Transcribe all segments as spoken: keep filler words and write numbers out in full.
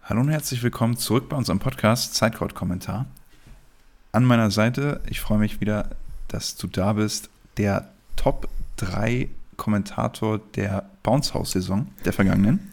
Hallo und herzlich willkommen zurück bei unserem Podcast Zeitcode-Kommentar. An meiner Seite, ich freue mich wieder, dass du da bist, der Top drei Kommentator der Bounce-House-Saison der vergangenen.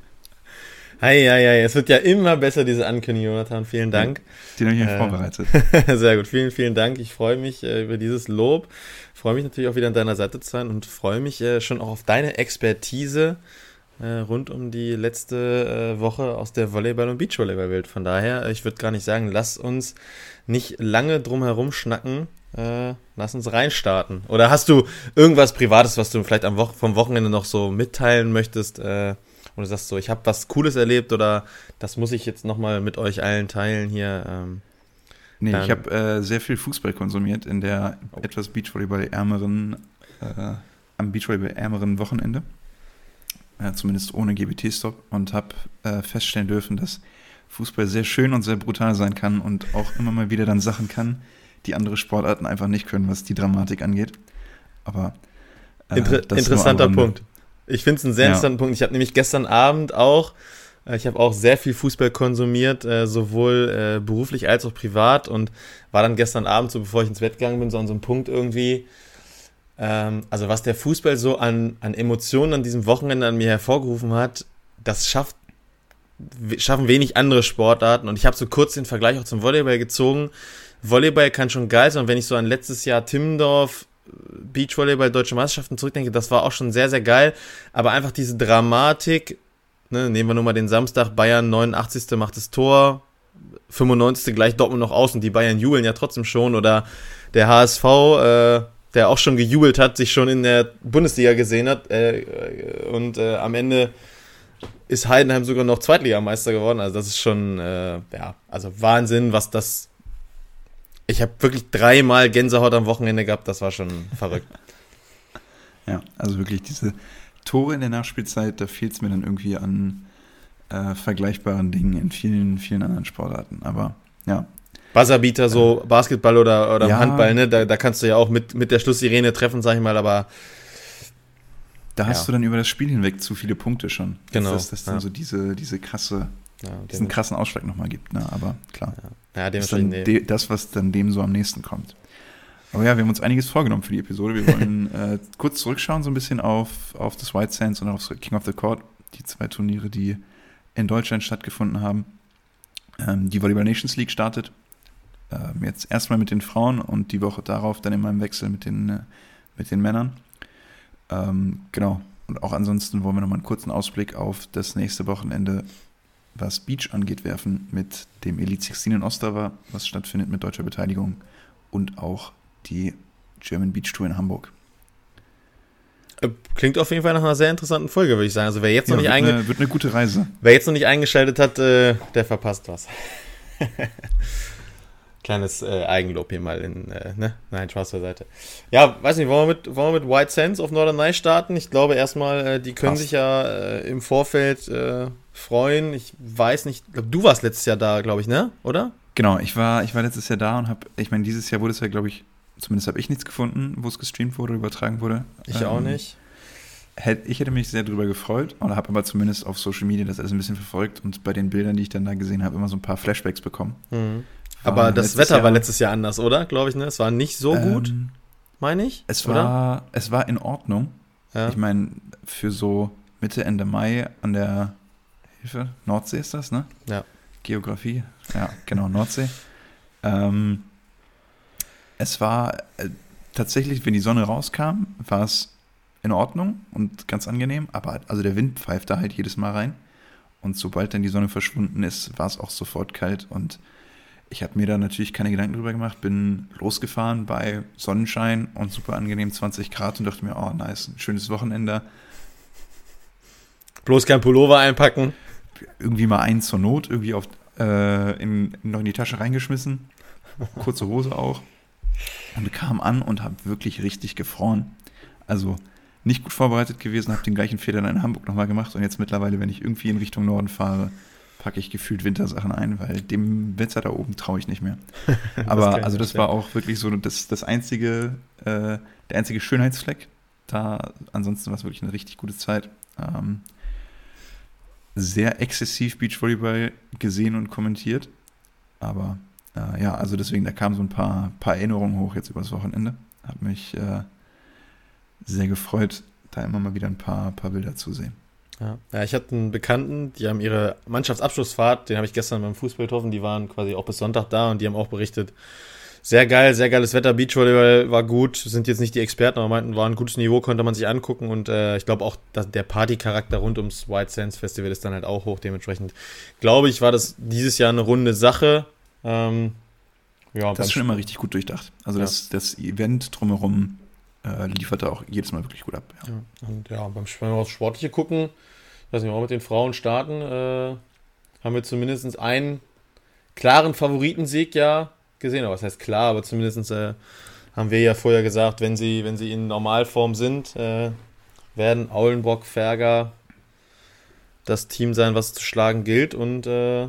Hi, hi, hi, es wird ja immer besser, diese Ankündigung, Jonathan, vielen Dank. Den habe ich mir äh, vorbereitet. Sehr gut, vielen, vielen Dank. Ich freue mich äh, über dieses Lob, freue mich natürlich auch wieder an deiner Seite zu sein und freue mich äh, schon auch auf deine Expertise äh, rund um die letzte äh, Woche aus der Volleyball- und Beachvolleyball-Welt. Von daher, ich würde gar nicht sagen, lass uns nicht lange drum herum schnacken, äh, lass uns reinstarten. Oder hast du irgendwas Privates, was du vielleicht am Wo- vom Wochenende noch so mitteilen möchtest, äh, und du sagst so, ich habe was Cooles erlebt oder das muss ich jetzt nochmal mit euch allen teilen hier. Ähm, nee, ich habe äh, sehr viel Fußball konsumiert in der oh. etwas Beachvolleyball-ärmeren, äh, am Beachvolleyball-ärmeren Wochenende. Äh, zumindest ohne G B T-Stop und habe äh, feststellen dürfen, dass Fußball sehr schön und sehr brutal sein kann und auch immer mal wieder dann Sachen kann, die andere Sportarten einfach nicht können, was die Dramatik angeht. Aber äh, Inter- interessanter Punkt. Ich finde es einen sehr interessanten ja. Punkt. Ich habe nämlich gestern Abend auch, äh, ich habe auch sehr viel Fußball konsumiert, äh, sowohl äh, beruflich als auch privat und war dann gestern Abend, so bevor ich ins Bett gegangen bin, so an so einem Punkt irgendwie, ähm, also was der Fußball so an, an Emotionen an diesem Wochenende an mir hervorgerufen hat, das schafft, schaffen wenig andere Sportarten und ich habe so kurz den Vergleich auch zum Volleyball gezogen. Volleyball kann schon geil sein und wenn ich so an letztes Jahr Timmendorf Beachvolleyball, Deutsche Meisterschaften zurückdenke, das war auch schon sehr, sehr geil, aber einfach diese Dramatik, ne, nehmen wir nur mal den Samstag, Bayern neunundachtzigste macht das Tor, fünfundneunzigste gleich Dortmund noch aus und die Bayern jubeln ja trotzdem schon, oder der H S V, äh, der auch schon gejubelt hat, sich schon in der Bundesliga gesehen hat äh, und äh, am Ende ist Heidenheim sogar noch Zweitligameister geworden, also das ist schon, äh, ja, also Wahnsinn, was das. Ich habe wirklich dreimal Gänsehaut am Wochenende gehabt, das war schon verrückt. Ja, also wirklich diese Tore in der Nachspielzeit, da fehlt es mir dann irgendwie an äh, vergleichbaren Dingen in vielen, vielen anderen Sportarten. Aber ja. Buzzerbeater, so äh, Basketball oder, oder ja, Handball, ne? Da, da kannst du ja auch mit, mit der Schlusssirene treffen, sag ich mal, aber da hast ja. du dann über das Spiel hinweg zu viele Punkte schon. Genau. Dass das dann ja. so diese, diese krasse, ja, diesen krassen Ausschlag nochmal gibt, ne? Aber klar. Ja. Ja, das ist dann de- das, was dann dem so am nächsten kommt. Aber ja, wir haben uns einiges vorgenommen für die Episode. Wir wollen äh, kurz zurückschauen so ein bisschen auf, auf das White Sands und auf King of the Court, die zwei Turniere, die in Deutschland stattgefunden haben. Ähm, die Volleyball Nations League startet ähm, jetzt erstmal mit den Frauen und die Woche darauf dann immer im Wechsel mit den, äh, mit den Männern. Ähm, genau. Und auch ansonsten wollen wir nochmal einen kurzen Ausblick auf das nächste Wochenende, was Beach angeht, werfen mit dem Elite sechzehn in Ostrava, was stattfindet mit deutscher Beteiligung, und auch die German Beach Tour in Hamburg. Klingt auf jeden Fall nach einer sehr interessanten Folge, würde ich sagen. Also wer jetzt ja, noch nicht wird, einge- eine, wird eine gute Reise. Wer jetzt noch nicht eingeschaltet hat, äh, der verpasst was. Kleines äh, Eigenlob hier mal in, äh, ne? Nein, Spaß beiseite. Ja, weiß nicht, wollen wir mit, wollen wir mit White Sands auf Norderney starten? Ich glaube erstmal, äh, die können Passt. sich ja äh, im Vorfeld äh, freuen. Ich weiß nicht, glaub, du warst letztes Jahr da, glaube ich, ne? Oder? Genau, ich war, ich war letztes Jahr da und habe, ich meine, dieses Jahr wurde es ja, glaube ich, zumindest habe ich nichts gefunden, wo es gestreamt wurde, übertragen wurde. Ich ähm, auch nicht. Hätt, ich hätte mich sehr drüber gefreut, oder habe aber zumindest auf Social Media das alles ein bisschen verfolgt und bei den Bildern, die ich dann da gesehen habe, immer so ein paar Flashbacks bekommen. Mhm. Aber das Wetter Jahr, war letztes Jahr anders, oder? Glaube ich, ne? Es war nicht so ähm, gut, meine ich. Es oder? war, es war in Ordnung. Ja. Ich meine, für so Mitte, Ende Mai an der Hilfe, Nordsee ist das, ne? Ja. Geografie, ja, genau, Nordsee. ähm, es war äh, tatsächlich, wenn die Sonne rauskam, war es in Ordnung und ganz angenehm, aber also der Wind pfeift da halt jedes Mal rein und sobald dann die Sonne verschwunden ist, war es auch sofort kalt und ich habe mir da natürlich keine Gedanken drüber gemacht, bin losgefahren bei Sonnenschein und super angenehm zwanzig Grad und dachte mir, oh nice, ein schönes Wochenende. Bloß kein Pullover einpacken. Irgendwie mal einen zur Not, irgendwie auf, äh, in, noch in die Tasche reingeschmissen, kurze Hose auch und kam an und habe wirklich richtig gefroren. Also nicht gut vorbereitet gewesen, habe den gleichen Fehler in Hamburg nochmal gemacht und jetzt mittlerweile, wenn ich irgendwie in Richtung Norden fahre, packe ich gefühlt Wintersachen ein, weil dem Wetter da oben traue ich nicht mehr. Aber das also das war auch wirklich so das, das einzige, äh, der einzige Schönheitsfleck. Da, ansonsten war es wirklich eine richtig gute Zeit. Ähm, sehr exzessiv Beachvolleyball gesehen und kommentiert. Aber äh, ja, also deswegen, da kamen so ein paar, paar Erinnerungen hoch jetzt über das Wochenende. Hat mich äh, sehr gefreut, da immer mal wieder ein paar, paar Bilder zu sehen. Ja. ja, ich hatte einen Bekannten, die haben ihre Mannschaftsabschlussfahrt, den habe ich gestern beim Fußball getroffen, die waren quasi auch bis Sonntag da und die haben auch berichtet, sehr geil, sehr geiles Wetter, Beachvolleyball war gut, sind jetzt nicht die Experten, aber meinten, war ein gutes Niveau, konnte man sich angucken und äh, ich glaube auch, dass der Partycharakter rund ums White Sands Festival ist dann halt auch hoch, dementsprechend glaube ich, war das dieses Jahr eine runde Sache. Ähm, ja, das ist schon immer richtig gut durchdacht. Also ja. das, das Event drumherum äh, liefert da auch jedes Mal wirklich gut ab. Ja, ja und ja, beim, wenn wir aufs Sportliche gucken, ich weiß nicht, wenn wir mit den Frauen starten, äh, haben wir zumindest einen klaren Favoritensieg ja gesehen, aber was heißt klar, aber zumindest äh, haben wir ja vorher gesagt, wenn sie, wenn sie in Normalform sind, äh, werden Aulenbrock, Ferger das Team sein, was zu schlagen gilt und äh,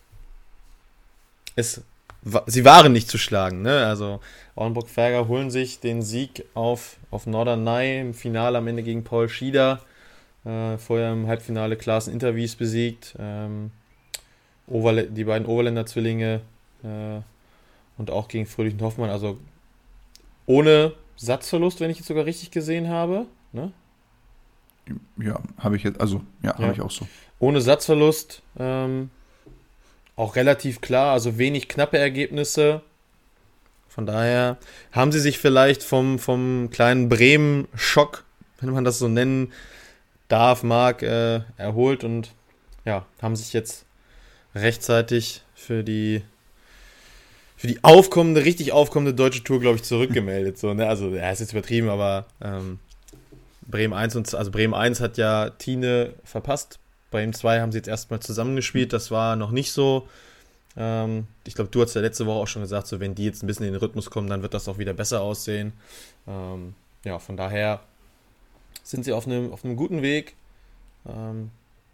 es, sie waren nicht zu schlagen, ne? Also Aulenbrock, Ferger holen sich den Sieg auf, auf Norderney im Finale am Ende gegen Paul Schieder, äh, vorher im Halbfinale Klaassen Interviews besiegt, ähm, Overle- die beiden Overländer Zwillinge äh, und auch gegen Fröhlich und Hoffmann, also ohne Satzverlust, wenn ich jetzt sogar richtig gesehen habe. Ne? Ja, habe ich jetzt, also ja, habe ja. ich auch so. Ohne Satzverlust, ähm, auch relativ klar, also wenig knappe Ergebnisse. Von daher haben sie sich vielleicht vom, vom kleinen Bremen-Schock, wenn man das so nennen darf, mag, äh, erholt und ja, haben sich jetzt rechtzeitig für die für die aufkommende, richtig aufkommende deutsche Tour, glaube ich, zurückgemeldet. So, ne? Also, er ja, ist jetzt übertrieben, aber ähm, Bremen eins und also Bremen eins hat ja Tine verpasst. Bremen zwei haben sie jetzt erstmal zusammengespielt. Das war noch nicht so. Ähm, ich glaube, du hast ja letzte Woche auch schon gesagt, so wenn die jetzt ein bisschen in den Rhythmus kommen, dann wird das auch wieder besser aussehen. Ähm, ja, von daher sind sie auf einem, auf einem guten Weg. Ähm,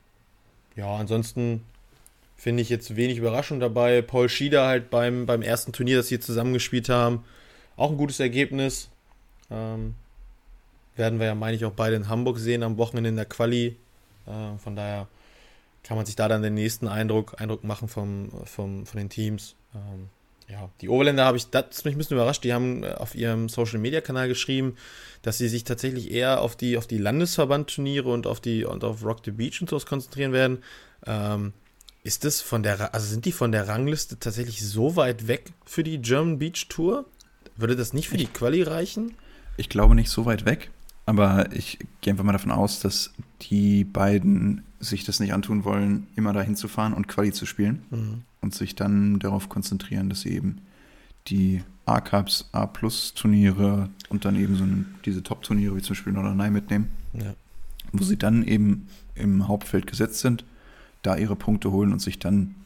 ja, ansonsten finde ich jetzt wenig Überraschung dabei. Paul Schieder halt beim, beim ersten Turnier, das sie zusammengespielt haben, auch ein gutes Ergebnis. Ähm, werden wir ja, meine ich, auch beide in Hamburg sehen am Wochenende in der Quali. Äh, von daher kann man sich da dann den nächsten Eindruck, Eindruck machen vom, vom, von den Teams. Ähm, ja, die Overländer habe ich, das hat mich ein bisschen überrascht, die haben auf ihrem Social-Media-Kanal geschrieben, dass sie sich tatsächlich eher auf die, auf die Landesverbandturniere und auf die und auf Rock the Beach und sowas konzentrieren werden. Ähm, Ist das von der, also sind die von der Rangliste tatsächlich so weit weg für die German Beach Tour? Würde das nicht für die Quali reichen? Ich glaube nicht so weit weg, aber ich gehe einfach mal davon aus, dass die beiden sich das nicht antun wollen, immer dahin zu fahren und Quali zu spielen mhm. und sich dann darauf konzentrieren, dass sie eben die A-Cups, A-Plus-Turniere und dann eben so diese Top-Turniere wie zum Beispiel Norderney mitnehmen, ja. wo sie dann eben im Hauptfeld gesetzt sind, da ihre Punkte holen und sich dann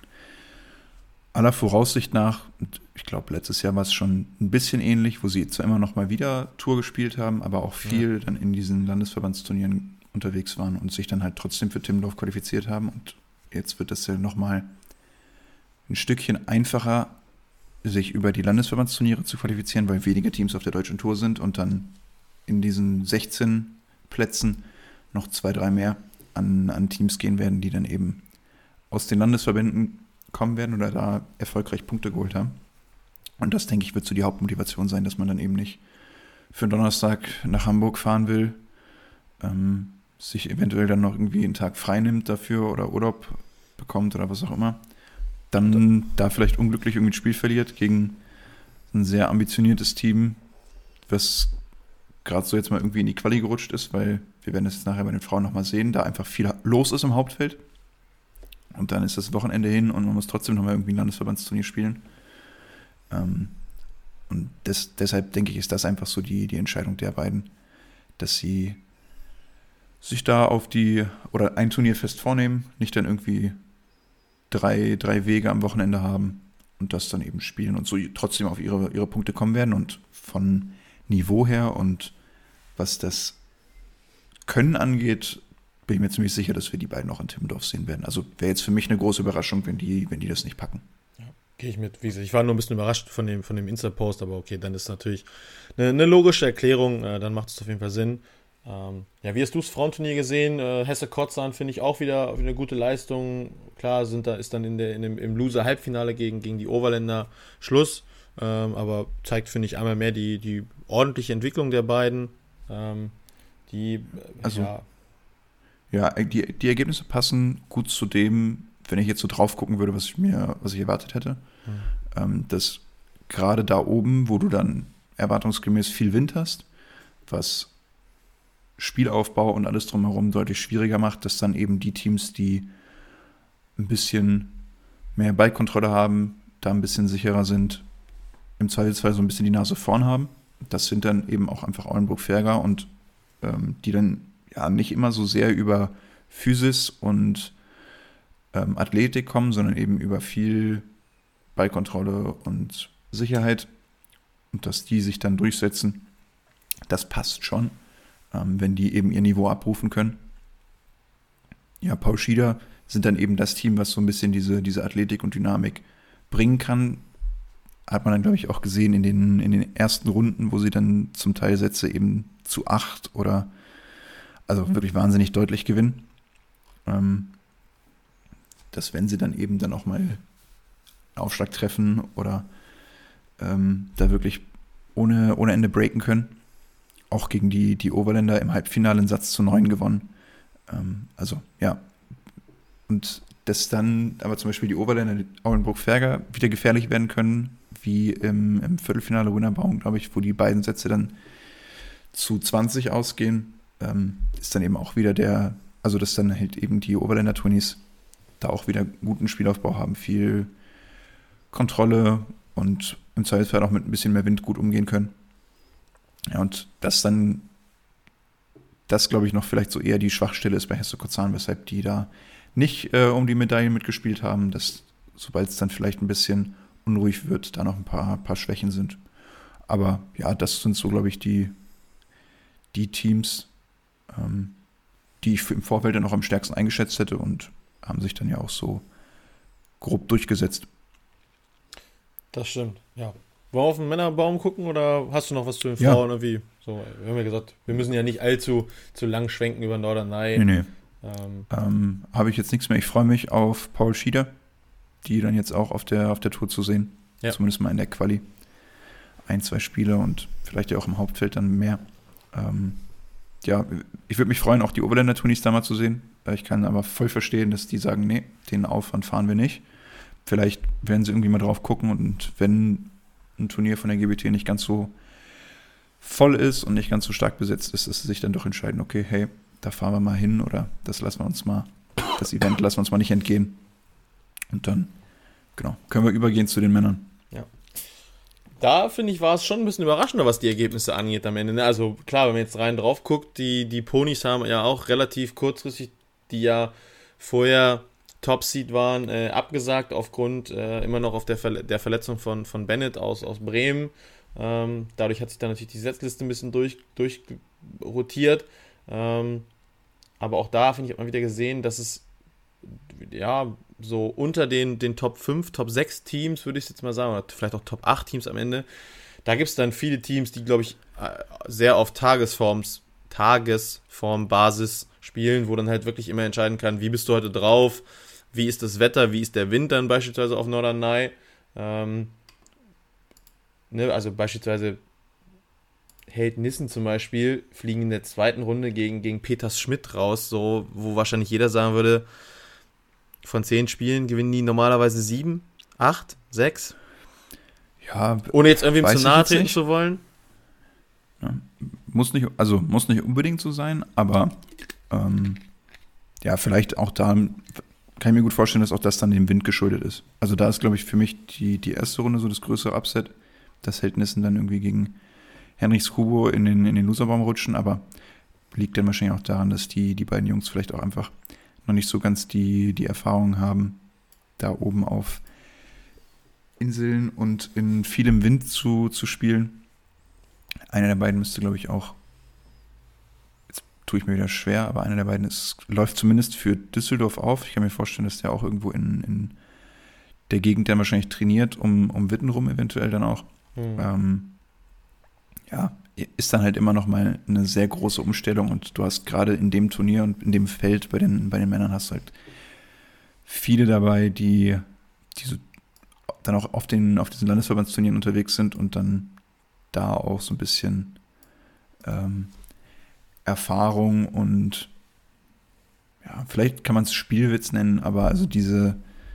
aller Voraussicht nach, und ich glaube, letztes Jahr war es schon ein bisschen ähnlich, wo sie zwar immer noch mal wieder Tour gespielt haben, aber auch viel ja. dann in diesen Landesverbandsturnieren unterwegs waren und sich dann halt trotzdem für Timmendorf qualifiziert haben. Und jetzt wird das ja noch mal ein Stückchen einfacher, sich über die Landesverbandsturniere zu qualifizieren, weil weniger Teams auf der deutschen Tour sind und dann in diesen sechzehn Plätzen noch zwei, drei mehr an, an Teams gehen werden, die dann eben aus den Landesverbänden kommen werden oder da erfolgreich Punkte geholt haben. Und das, denke ich, wird so die Hauptmotivation sein, dass man dann eben nicht für einen Donnerstag nach Hamburg fahren will, ähm, sich eventuell dann noch irgendwie einen Tag frei nimmt dafür oder Urlaub bekommt oder was auch immer. Dann da vielleicht unglücklich irgendwie ein Spiel verliert gegen ein sehr ambitioniertes Team, was gerade so jetzt mal irgendwie in die Quali gerutscht ist, weil wir werden das jetzt nachher bei den Frauen nochmal sehen, da einfach viel los ist im Hauptfeld. Und dann ist das Wochenende hin und man muss trotzdem nochmal irgendwie ein Landesverbandsturnier spielen. Ähm, und des, deshalb denke ich, ist das einfach so die, die Entscheidung der beiden, dass sie sich da auf die, oder ein Turnier fest vornehmen, nicht dann irgendwie drei, drei Wege am Wochenende haben und das dann eben spielen und so trotzdem auf ihre, ihre Punkte kommen werden. Und von Niveau her und was das Können angeht, bin ich mir ziemlich sicher, dass wir die beiden auch in Timmendorf sehen werden. Also wäre jetzt für mich eine große Überraschung, wenn die, wenn die das nicht packen. Ja, gehe ich mit. Wie gesagt, ich war nur ein bisschen überrascht von dem, von dem Insta-Post, aber okay, dann ist natürlich eine, eine logische Erklärung, äh, dann macht es auf jeden Fall Sinn. Ähm, ja, wie hast du das Frauenturnier gesehen? Äh, Hesse-Kotzan finde ich auch wieder, wieder eine gute Leistung. Klar, sind da, ist dann in der, in dem, im Loser-Halbfinale gegen, gegen die Overländer Schluss. Ähm, aber zeigt, finde ich, einmal mehr die, die ordentliche Entwicklung der beiden. Ähm, die, äh, Also, ja. Ja, die, die Ergebnisse passen gut zu dem, wenn ich jetzt so drauf gucken würde, was ich mir, was ich erwartet hätte. Hm. Ähm, dass gerade da oben, wo du dann erwartungsgemäß viel Wind hast, was Spielaufbau und alles drumherum deutlich schwieriger macht, dass dann eben die Teams, die ein bisschen mehr Ballkontrolle haben, da ein bisschen sicherer sind, im Zweifelsfall so ein bisschen die Nase vorn haben. Das sind dann eben auch einfach Oldenburg-Ferger und ähm, die dann ja nicht immer so sehr über Physis und ähm, Athletik kommen, sondern eben über viel Ballkontrolle und Sicherheit und dass die sich dann durchsetzen, das passt schon, ähm, wenn die eben ihr Niveau abrufen können. Ja, Paul Schieder sind dann eben das Team, was so ein bisschen diese, diese Athletik und Dynamik bringen kann. Hat man dann, glaube ich, auch gesehen in den, in den ersten Runden, wo sie dann zum Teil Sätze eben zu acht oder also wirklich wahnsinnig deutlich gewinnen. Ähm, dass wenn sie dann eben dann auch mal einen Aufschlag treffen oder ähm, da wirklich ohne, ohne Ende breaken können. Auch gegen die, die Overländer im Halbfinale einen Satz zu neun gewonnen. Ähm, also, ja. Und dass dann aber zum Beispiel die Overländer, die Auenburg-Ferger, wieder gefährlich werden können, wie im, im Viertelfinale Winnerbaum, glaube ich, wo die beiden Sätze dann zu zwanzig ausgehen, ähm, ist dann eben auch wieder der, also dass dann halt eben die Overländer Twinnies da auch wieder guten Spielaufbau haben, viel Kontrolle und im Zweifelsfall auch mit ein bisschen mehr Wind gut umgehen können. Ja, und das dann, das glaube ich noch vielleicht so eher die Schwachstelle ist bei Hesse-Kozan, weshalb die da nicht äh, um die Medaillen mitgespielt haben, dass sobald es dann vielleicht ein bisschen unruhig wird, da noch ein paar, paar Schwächen sind. Aber ja, das sind so, glaube ich, die, die Teams, ähm, die ich im Vorfeld dann auch am stärksten eingeschätzt hätte und haben sich dann ja auch so grob durchgesetzt. Das stimmt, ja. Wollen wir auf den Männerbaum gucken oder hast du noch was zu den Frauen? Ja. Wie? So, wir haben ja gesagt, wir müssen ja nicht allzu zu lang schwenken über Norderney. Nee, nee. Ähm, ähm, habe ich jetzt nichts mehr. Ich freue mich auf Paul Schieder, die dann jetzt auch auf der, auf der Tour zu sehen. Ja. Zumindest mal in der Quali. Ein, zwei Spiele und vielleicht ja auch im Hauptfeld dann mehr. Ähm, ja, ich würde mich freuen, auch die Oberländer Tunis da mal zu sehen. Ich kann aber voll verstehen, dass die sagen, nee, den Aufwand fahren wir nicht. Vielleicht werden sie irgendwie mal drauf gucken und wenn ein Turnier von der G B T nicht ganz so voll ist und nicht ganz so stark besetzt ist, dass sie sich dann doch entscheiden, okay, hey, da fahren wir mal hin oder das lassen wir uns mal, das Event lassen wir uns mal nicht entgehen. Und dann, genau, können wir übergehen zu den Männern. Ja. Da, finde ich, war es schon ein bisschen überraschender, was die Ergebnisse angeht am Ende. Also klar, wenn man jetzt rein drauf guckt, die, die Ponys haben ja auch relativ kurzfristig, die ja vorher Top-Seed waren, äh, abgesagt aufgrund äh, immer noch auf der, Verle- der Verletzung von, von Bennett aus, aus Bremen. Ähm, dadurch hat sich dann natürlich die Setzliste ein bisschen durch, durch rotiert. Ähm, aber auch da, finde ich, hat man wieder gesehen, dass es ja so unter den, den Top fünf, Top sechs Teams, würde ich jetzt mal sagen, oder vielleicht auch Top acht Teams am Ende, da gibt es dann viele Teams, die, glaube ich, sehr auf Tagesforms, Tagesformbasis spielen, wo dann halt wirklich immer entscheiden kann, wie bist du heute drauf, wie ist das Wetter, wie ist der Wind dann beispielsweise auf Norderney. Ähm, ne, also beispielsweise Held Nissen zum Beispiel fliegen in der zweiten Runde gegen, gegen Peters Schmidt raus, so, wo wahrscheinlich jeder sagen würde, von zehn Spielen gewinnen die normalerweise sieben, acht, sechs. Ja, ohne jetzt irgendwie zu nahe treten zu wollen. Ja, muss nicht, also muss nicht unbedingt so sein, aber ähm, ja, vielleicht auch da kann ich mir gut vorstellen, dass auch das dann dem Wind geschuldet ist. Also da ist, glaube ich, für mich die, die erste Runde so das größere Upset. Das hält Nissen dann irgendwie gegen Henrichs Kubo in den, in den Loserbaum rutschen, aber liegt dann wahrscheinlich auch daran, dass die, die beiden Jungs vielleicht auch einfach noch nicht so ganz die, die Erfahrung haben, da oben auf Inseln und in vielem Wind zu, zu spielen. Einer der beiden müsste, glaube ich, auch, jetzt tue ich mir wieder schwer, aber einer der beiden ist, läuft zumindest für Düsseldorf auf. Ich kann mir vorstellen, dass der auch irgendwo in, in der Gegend dann wahrscheinlich trainiert, um, um Witten rum eventuell dann auch. Mhm. Ähm, ja, ist dann halt immer noch mal eine sehr große Umstellung und du hast gerade in dem Turnier und in dem Feld bei den, bei den Männern hast du halt viele dabei, die, die so dann auch auf, den, auf diesen Landesverbandsturnieren unterwegs sind und dann da auch so ein bisschen ähm, Erfahrung und ja, vielleicht kann man es Spielwitz nennen, aber also diese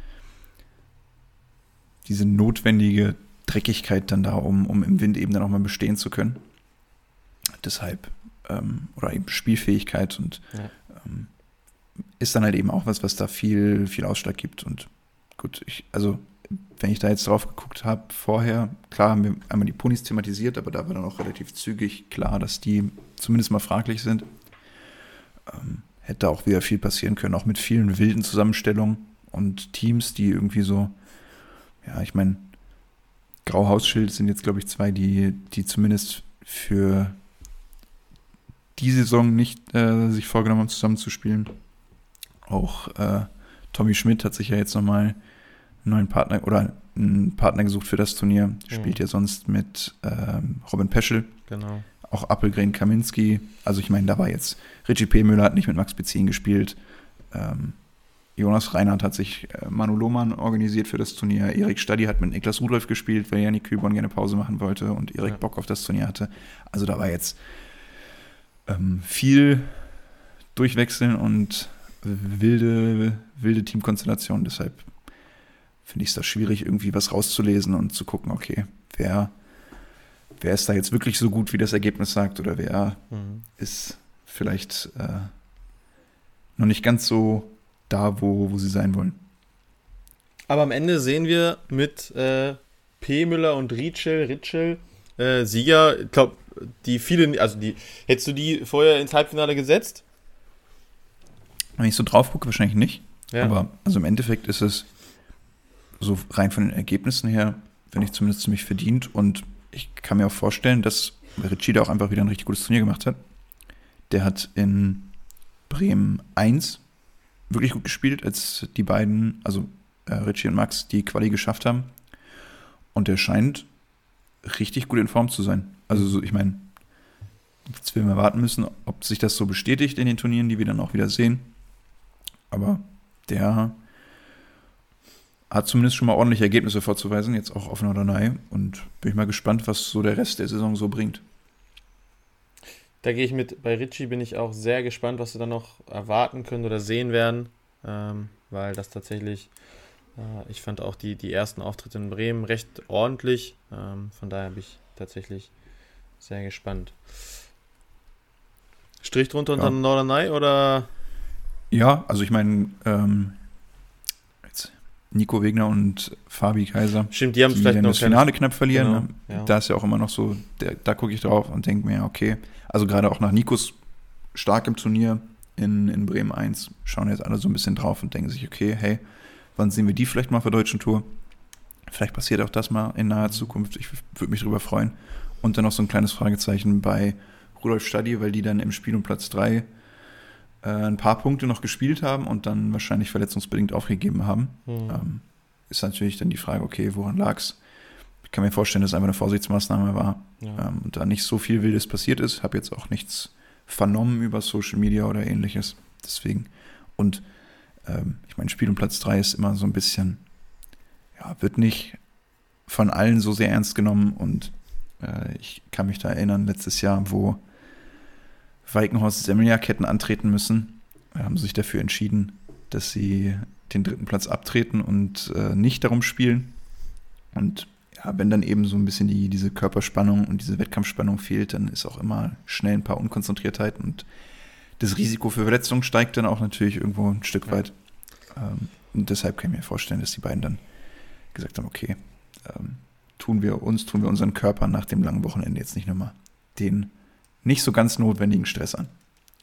diese notwendige Dreckigkeit dann da, um, um im Wind eben dann auch mal bestehen zu können. Deshalb, ähm, oder eben Spielfähigkeit und ja. ähm, ist dann halt eben auch was, was da viel, viel Ausschlag gibt. Und gut, ich, also wenn ich da jetzt drauf geguckt habe vorher, klar haben wir einmal die Ponys thematisiert, aber da war dann auch relativ zügig klar, dass die zumindest mal fraglich sind. Ähm, hätte auch wieder viel passieren können, auch mit vielen wilden Zusammenstellungen und Teams, die irgendwie so, ja, ich meine, Grauhausschild sind jetzt, glaube ich, zwei, die, die zumindest für die Saison nicht äh, sich vorgenommen haben, zusammenzuspielen. Auch äh, Tommy Schmidt hat sich ja jetzt nochmal einen neuen Partner oder einen Partner gesucht für das Turnier. Spielt mhm. ja sonst mit ähm, Robin Peschel. Genau. Auch Appelgren Kaminski. Also ich meine, da war jetzt Richie P. Müller hat nicht mit Max Bezin gespielt. Ähm, Jonas Reinhardt hat sich äh, Manu Lohmann organisiert für das Turnier. Erik Stadi hat mit Niklas Rudolph gespielt, weil Janik Küborn gerne Pause machen wollte und Erik ja. Bock auf das Turnier hatte. Also da war jetzt ähm, viel Durchwechseln und wilde, wilde Teamkonstellation. Deshalb finde ich es da schwierig, irgendwie was rauszulesen und zu gucken, okay, wer, wer ist da jetzt wirklich so gut, wie das Ergebnis sagt, oder wer mhm. ist vielleicht äh, noch nicht ganz so da, wo, wo sie sein wollen. Aber am Ende sehen wir mit äh, P. Müller und Ritschel, Ritschel, äh, Sieger, ich glaube, die viele, also die, hättest du die vorher ins Halbfinale gesetzt? Wenn ich so drauf gucke, wahrscheinlich nicht. Ja. Aber also im Endeffekt ist es so rein von den Ergebnissen her, finde ich zumindest ziemlich verdient. Und ich kann mir auch vorstellen, dass Ritchie da auch einfach wieder ein richtig gutes Turnier gemacht hat. Der hat in Bremen eins wirklich gut gespielt, als die beiden, also äh, Ritchie und Max, die Quali geschafft haben. Und der scheint richtig gut in Form zu sein. Also so, ich meine, jetzt werden wir warten müssen, ob sich das so bestätigt in den Turnieren, die wir dann auch wieder sehen. Aber der hat zumindest schon mal ordentliche Ergebnisse vorzuweisen, jetzt auch auf Norderney. Und bin ich mal gespannt, was so der Rest der Saison so bringt. Da gehe ich mit, bei Ritchie bin ich auch sehr gespannt, was wir dann noch erwarten können oder sehen werden. Ähm, weil das tatsächlich, äh, ich fand auch die, die ersten Auftritte in Bremen recht ordentlich. Ähm, von daher bin ich tatsächlich sehr gespannt. Strich drunter unter ja. Norderney oder? Ja, also ich meine, ähm, jetzt Nico Wegner und Fabi Kaiser, stimmt, die haben die vielleicht noch das Finale knapp verlieren. Genau, ne? ja. Da ist ja auch immer noch so, der, da gucke ich drauf und denke mir, okay, also gerade auch nach Nikos starkem Turnier in, in Bremen eins schauen jetzt alle so ein bisschen drauf und denken sich, okay, hey, wann sehen wir die vielleicht mal auf der Deutschen Tour? Vielleicht passiert auch das mal in naher Zukunft. Ich würde mich drüber freuen. Und dann noch so ein kleines Fragezeichen bei Rudolf Stadi, weil die dann im Spiel um Platz drei äh, ein paar Punkte noch gespielt haben und dann wahrscheinlich verletzungsbedingt aufgegeben haben. Mhm. Ähm, ist natürlich dann die Frage, okay, woran lag's? Ich kann mir vorstellen, dass es einfach eine Vorsichtsmaßnahme war ja. ähm, und da nicht so viel Wildes passiert ist. Habe jetzt auch nichts vernommen über Social Media oder ähnliches. Deswegen. Und ähm, ich meine, Spiel um Platz drei ist immer so ein bisschen, ja, wird nicht von allen so sehr ernst genommen und äh, ich kann mich da erinnern, letztes Jahr, wo Weikenhorst Semmeljak hätten antreten müssen, haben sich dafür entschieden, dass sie den dritten Platz abtreten und äh, nicht darum spielen. Und ja, wenn dann eben so ein bisschen die, diese Körperspannung und diese Wettkampfspannung fehlt, dann ist auch immer schnell ein paar Unkonzentriertheiten und das Risiko für Verletzungen steigt dann auch natürlich irgendwo ein Stück weit. Ja. Ähm, und deshalb kann ich mir vorstellen, dass die beiden dann gesagt haben, okay, ähm, tun wir uns, tun wir unseren Körpern nach dem langen Wochenende jetzt nicht nochmal den nicht so ganz notwendigen Stress an.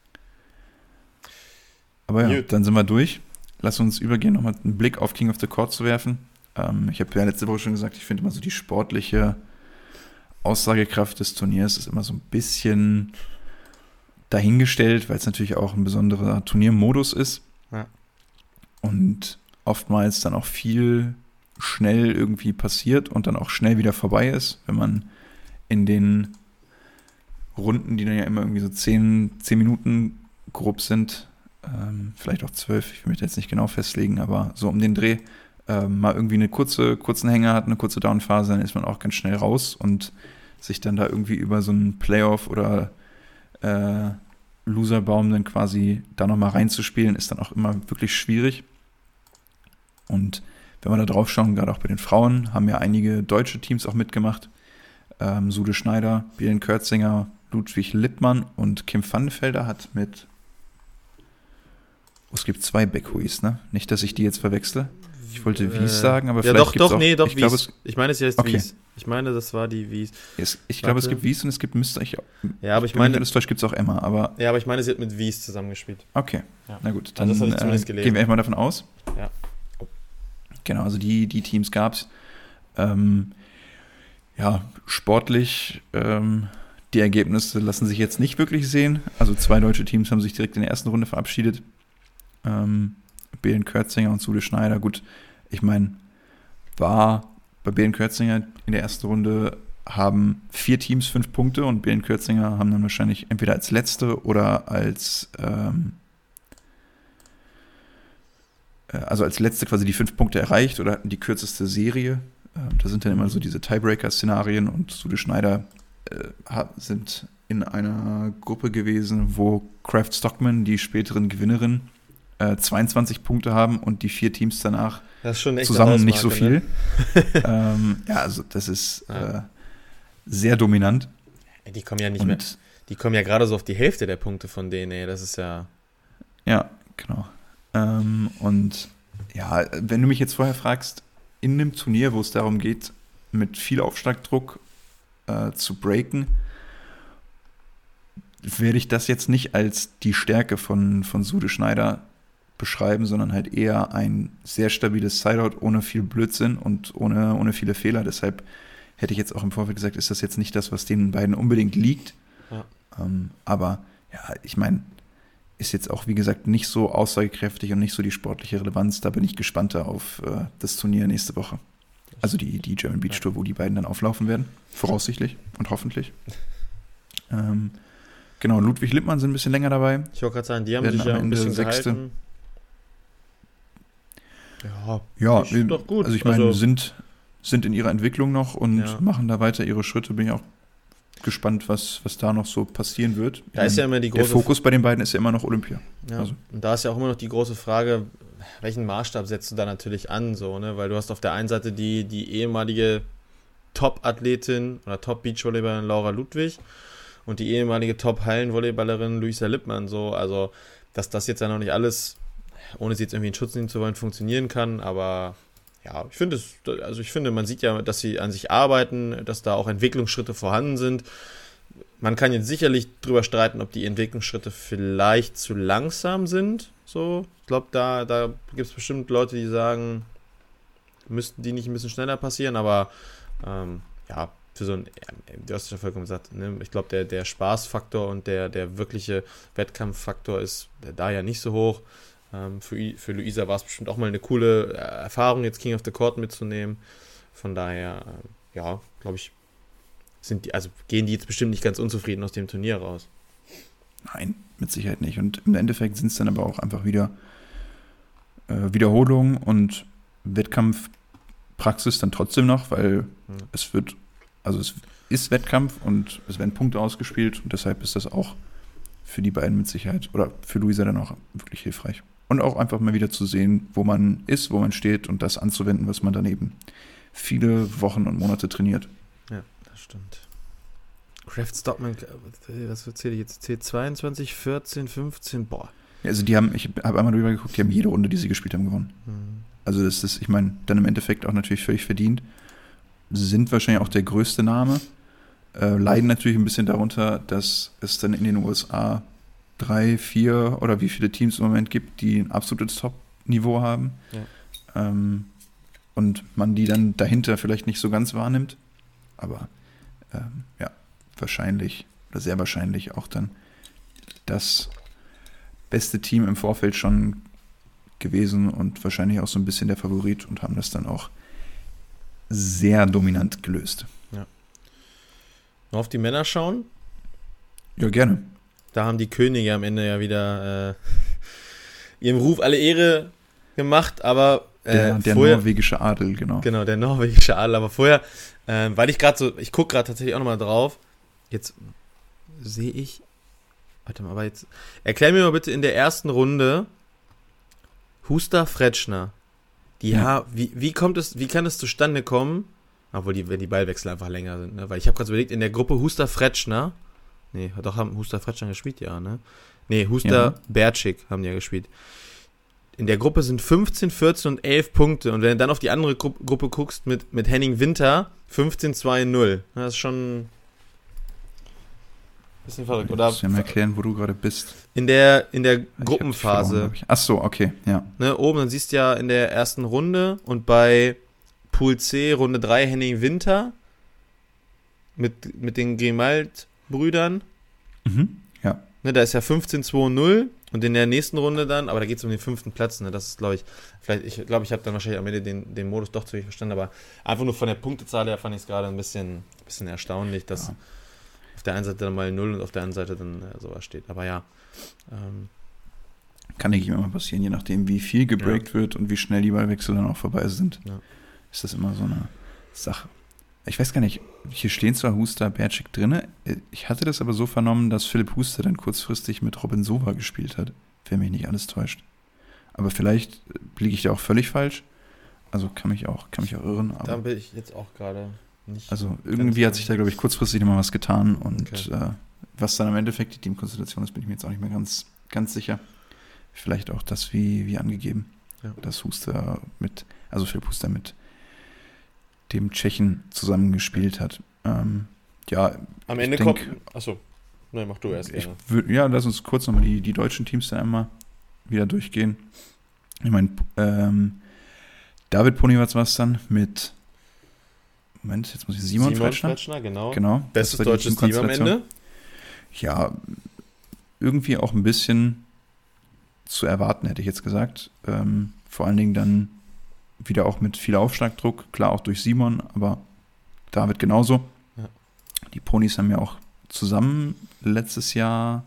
Aber ja, Gut. Dann sind wir durch. Lass uns übergehen, nochmal einen Blick auf King of the Court zu werfen. Ähm, ich habe ja letzte Woche schon gesagt, ich finde immer so die sportliche Aussagekraft des Turniers ist immer so ein bisschen dahingestellt, weil es natürlich auch ein besonderer Turniermodus ist. Ja. Und oftmals dann auch viel schnell irgendwie passiert und dann auch schnell wieder vorbei ist, wenn man in den Runden, die dann ja immer irgendwie so zehn, zehn Minuten grob sind, ähm, vielleicht auch zwölf, ich will mich da jetzt nicht genau festlegen, aber so um den Dreh, ähm, mal irgendwie eine kurze, kurzen Hänger hat, eine kurze Downphase, dann ist man auch ganz schnell raus und sich dann da irgendwie über so einen Playoff oder äh, Loserbaum dann quasi da nochmal reinzuspielen, ist dann auch immer wirklich schwierig. Und wenn wir da drauf schauen, gerade auch bei den Frauen, haben ja einige deutsche Teams auch mitgemacht. Ähm, Sude Schneider, Belen Kürzinger, Ludwig Lippmann und Kim Vandefelder hat mit, oh, es gibt zwei Beckhuis, ne? Nicht, dass ich die jetzt verwechsle. Ich wollte äh, Wies sagen, aber ja, vielleicht doch, gibt's doch, auch, nee, doch, ich Wies. Glaub, es, ich meine, es heißt okay. Wies. Ich meine, das war die Wies. Es, ich glaube, es gibt Wies und es gibt Müster. Ich, ja, aber ich, ich meine, das gibt es auch Emma, aber. Ja, aber ich meine, sie hat mit Wies zusammengespielt. Okay, ja. Na gut, dann also das äh, gehen wir erstmal davon aus. Ja. Genau, also die, die Teams gab es. Ähm, ja, sportlich, ähm, die Ergebnisse lassen sich jetzt nicht wirklich sehen. Also zwei deutsche Teams haben sich direkt in der ersten Runde verabschiedet. Ähm, Belen Kürzinger und Sude Schneider. Gut, ich meine, war bei Belen Kürzinger in der ersten Runde haben vier Teams fünf Punkte und Belen Kürzinger haben dann wahrscheinlich entweder als Letzte oder als ähm, also als Letzte quasi die fünf Punkte erreicht oder hatten die kürzeste Serie. Ähm, da sind dann immer so diese Tiebreaker-Szenarien und Sude Schneider äh, sind in einer Gruppe gewesen, wo Kraft Stockman, die späteren Gewinnerinnen, äh, zweiundzwanzig Punkte haben und die vier Teams danach das ist schon echt zusammen nicht so viel. Ne? ähm, ja, also das ist ja. äh, sehr dominant. Die kommen ja nicht und, mehr, die kommen ja gerade so auf die Hälfte der Punkte von denen, ey. Das ist ja... Ja, genau. Ähm, und ja, wenn du mich jetzt vorher fragst, in einem Turnier, wo es darum geht, mit viel Aufschlagdruck äh, zu breaken, werde ich das jetzt nicht als die Stärke von, von Sude Schneider beschreiben, sondern halt eher ein sehr stabiles Sideout ohne viel Blödsinn und ohne, ohne viele Fehler. Deshalb hätte ich jetzt auch im Vorfeld gesagt, ist das jetzt nicht das, was den beiden unbedingt liegt. Ja. Ähm, aber ja, ich meine, ist jetzt auch, wie gesagt, nicht so aussagekräftig und nicht so die sportliche Relevanz. Da bin ich gespannter auf äh, das Turnier nächste Woche. Also die, die German Beach Tour, wo die beiden dann auflaufen werden. Voraussichtlich und hoffentlich. Ähm, genau, Ludwig Lippmann sind ein bisschen länger dabei. Ich wollte gerade sagen, die haben sich ja ein bisschen Sechste. gehalten. Ja, ja ist doch gut. Also ich meine, also, sind, sind in ihrer Entwicklung noch und ja. machen da weiter ihre Schritte. Bin ich auch gespannt, was, was da noch so passieren wird. Da ist ja immer die große Der Fokus bei den beiden ist ja immer noch Olympia. Ja. Also. Und da ist ja auch immer noch die große Frage, welchen Maßstab setzt du da natürlich an, so, ne? Weil du hast auf der einen Seite die, die ehemalige Top-Athletin oder Top-Beachvolleyballerin Laura Ludwig und die ehemalige Top-Hallenvolleyballerin Luisa Lippmann, so, also dass das jetzt ja noch nicht alles, ohne sie jetzt irgendwie in Schutz nehmen zu wollen, funktionieren kann, aber ja, ich finde es, also ich finde, man sieht ja, dass sie an sich arbeiten, dass da auch Entwicklungsschritte vorhanden sind. Man kann jetzt sicherlich drüber streiten, ob die Entwicklungsschritte vielleicht zu langsam sind. So, ich glaube, da, da gibt es bestimmt Leute, die sagen, müssten die nicht ein bisschen schneller passieren, aber ähm, ja, für so ein, du hast ja vollkommen gesagt, ne? Ich glaube, der, der Spaßfaktor und der, der wirkliche Wettkampffaktor ist da ja nicht so hoch. Ähm, für, für Luisa war es bestimmt auch mal eine coole Erfahrung, jetzt King of the Court mitzunehmen. Von daher, äh, ja, glaube ich, sind die, also gehen die jetzt bestimmt nicht ganz unzufrieden aus dem Turnier raus. Nein, mit Sicherheit nicht. Und im Endeffekt sind es dann aber auch einfach wieder äh, Wiederholung und Wettkampfpraxis dann trotzdem noch, weil mhm. es wird, also es ist Wettkampf und es werden Punkte ausgespielt und deshalb ist das auch für die beiden mit Sicherheit oder für Luisa dann auch wirklich hilfreich. Und auch einfach mal wieder zu sehen, wo man ist, wo man steht und das anzuwenden, was man dann eben viele Wochen und Monate trainiert. Ja, das stimmt. Kraft Stockman, was erzähle ich jetzt? C zweiundzwanzig, vierzehn, fünfzehn, boah. Ja, also die haben, ich habe einmal drüber geguckt, die haben jede Runde, die sie gespielt haben, gewonnen. Mhm. Also das ist, ich meine, dann im Endeffekt auch natürlich völlig verdient. Sie sind wahrscheinlich auch der größte Name, äh, leiden natürlich ein bisschen darunter, dass es dann in den U S A drei, vier oder wie viele Teams im Moment gibt, die ein absolutes Top-Niveau haben. Ja. Ähm, und man die dann dahinter vielleicht nicht so ganz wahrnimmt. Aber ähm, ja, wahrscheinlich oder sehr wahrscheinlich auch dann das beste Team im Vorfeld schon gewesen und wahrscheinlich auch so ein bisschen der Favorit und haben das dann auch sehr dominant gelöst. Ja. Noch auf die Männer schauen. Ja, gerne. Da haben die Könige am Ende ja wieder äh, ihrem Ruf alle Ehre gemacht, aber äh, der, der vorher, norwegische Adel, genau. Genau, der norwegische Adel, aber vorher, äh, weil ich gerade so, ich gucke gerade tatsächlich auch nochmal drauf, jetzt sehe ich, warte mal, aber jetzt, erklär mir mal bitte in der ersten Runde, Huster Fretschner, die ja. ha- wie, wie kommt es, wie kann es zustande kommen, obwohl die, wenn die Ballwechsel einfach länger sind, ne? Weil ich habe gerade überlegt, in der Gruppe Huster Fretschner, nee, doch haben Huster Fretschner gespielt, ja, ne? Nee, Huster ja. Bercik haben die ja gespielt. In der Gruppe sind fünfzehn, vierzehn und elf Punkte. Und wenn du dann auf die andere Gru- Gruppe guckst mit, mit Henning Winter, fünfzehn, zwei, null. Das ist schon ein bisschen verrückt. Oder musst du mir erklären, wo du gerade bist. In der, in der Gruppenphase. Ach so, okay, ja. Ne, oben, dann siehst du ja in der ersten Runde und bei Pool C, Runde drei, Henning Winter mit, mit den Grimald-Brüdern. Mhm, ja. Ne, da ist ja fünfzehn, zwei, null. Und in der nächsten Runde dann, aber da geht es um den fünften Platz, ne? Das ist, glaube ich, vielleicht, ich glaube, ich habe dann wahrscheinlich am Ende den, den Modus doch zu wenig verstanden, aber einfach nur von der Punktezahl her fand ich es gerade ein bisschen, bisschen erstaunlich, dass ja. auf der einen Seite dann mal null und auf der anderen Seite dann äh, sowas steht. Aber ja. Ähm, Kann, denke ich, immer passieren, je nachdem, wie viel gebreakt ja. wird und wie schnell die Ballwechsel dann auch vorbei sind. Ja. Ist das immer so eine Sache. Ich weiß gar nicht, hier stehen zwar Huster, Bercik drin, ich hatte das aber so vernommen, dass Philipp Huster dann kurzfristig mit Robin Sova gespielt hat, wenn mich nicht alles täuscht. Aber vielleicht liege ich da auch völlig falsch, also kann mich auch, kann mich auch irren. Aber da bin ich jetzt auch gerade nicht. Also irgendwie hat sich da, glaube ich, kurzfristig nochmal was getan und okay. äh, was dann am Endeffekt die Teamkonstellation ist, bin ich mir jetzt auch nicht mehr ganz, ganz sicher. Vielleicht auch das wie, wie angegeben, ja. dass Huster mit, also Philipp Huster mit dem Tschechen zusammengespielt hat. Ähm, ja, am Ende denk, kommt. Achso, nein, mach du erst ich gerne. Würd, ja, lass uns kurz nochmal die, die deutschen Teams dann einmal wieder durchgehen. Ich meine, ähm, David Ponywatz war es dann mit, Moment, jetzt muss ich Simon, Simon Fretschner. Fretschner, genau. genau. Bestes deutsches Team am Ende. Ja, irgendwie auch ein bisschen zu erwarten, hätte ich jetzt gesagt. Ähm, vor allen Dingen dann wieder auch mit viel Aufschlagdruck, klar auch durch Simon, aber David genauso. Ja. Die Ponys haben ja auch zusammen letztes Jahr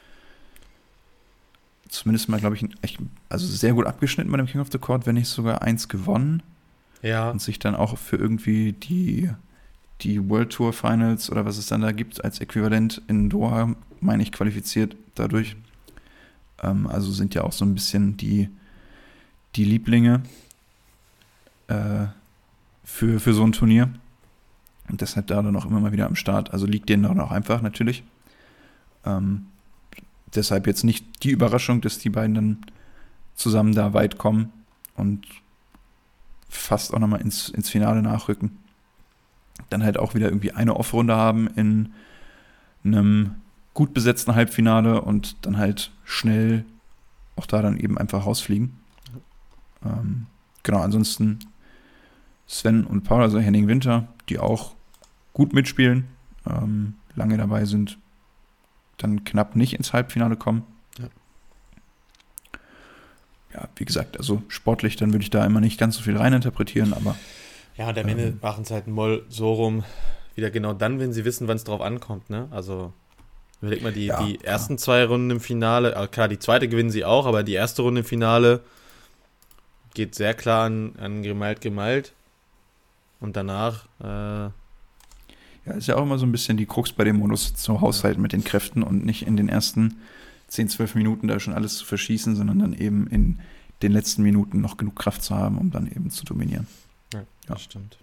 zumindest mal, glaube ich, echt, also sehr gut abgeschnitten bei dem King of the Court, wenn nicht sogar eins gewonnen. Ja. Und sich dann auch für irgendwie die, die World Tour Finals oder was es dann da gibt als Äquivalent in Doha, meine ich, qualifiziert dadurch. Ähm, also sind ja auch so ein bisschen die, die Lieblinge äh, für, für so ein Turnier. Und deshalb da dann auch immer mal wieder am Start. Also liegt denen dann auch einfach natürlich. Ähm, deshalb jetzt nicht die Überraschung, dass die beiden dann zusammen da weit kommen und fast auch nochmal ins, ins Finale nachrücken. Dann halt auch wieder irgendwie eine Off-Runde haben in einem gut besetzten Halbfinale und dann halt schnell auch da dann eben einfach rausfliegen. Ähm, genau, ansonsten Sven und Paul, also Henning Winter, die auch gut mitspielen, ähm, lange dabei sind, dann knapp nicht ins Halbfinale kommen. Ja. Ja, wie gesagt, also sportlich, dann würde ich da immer nicht ganz so viel reininterpretieren, aber ja, und am Ende ähm, machen es halt Moll so rum, wieder genau dann, wenn sie wissen, wann es drauf ankommt, ne? Also, überleg mal, die, ja, die ersten zwei Runden im Finale, also klar, die zweite gewinnen sie auch, aber die erste Runde im Finale geht sehr klar an, an Grimald Grimald und danach äh, ja, ist ja auch immer so ein bisschen die Krux bei dem Modus zu haushalten ja. mit den Kräften und nicht in den ersten zehn, zwölf Minuten da schon alles zu verschießen, sondern dann eben in den letzten Minuten noch genug Kraft zu haben, um dann eben zu dominieren. Ja, das ja. stimmt.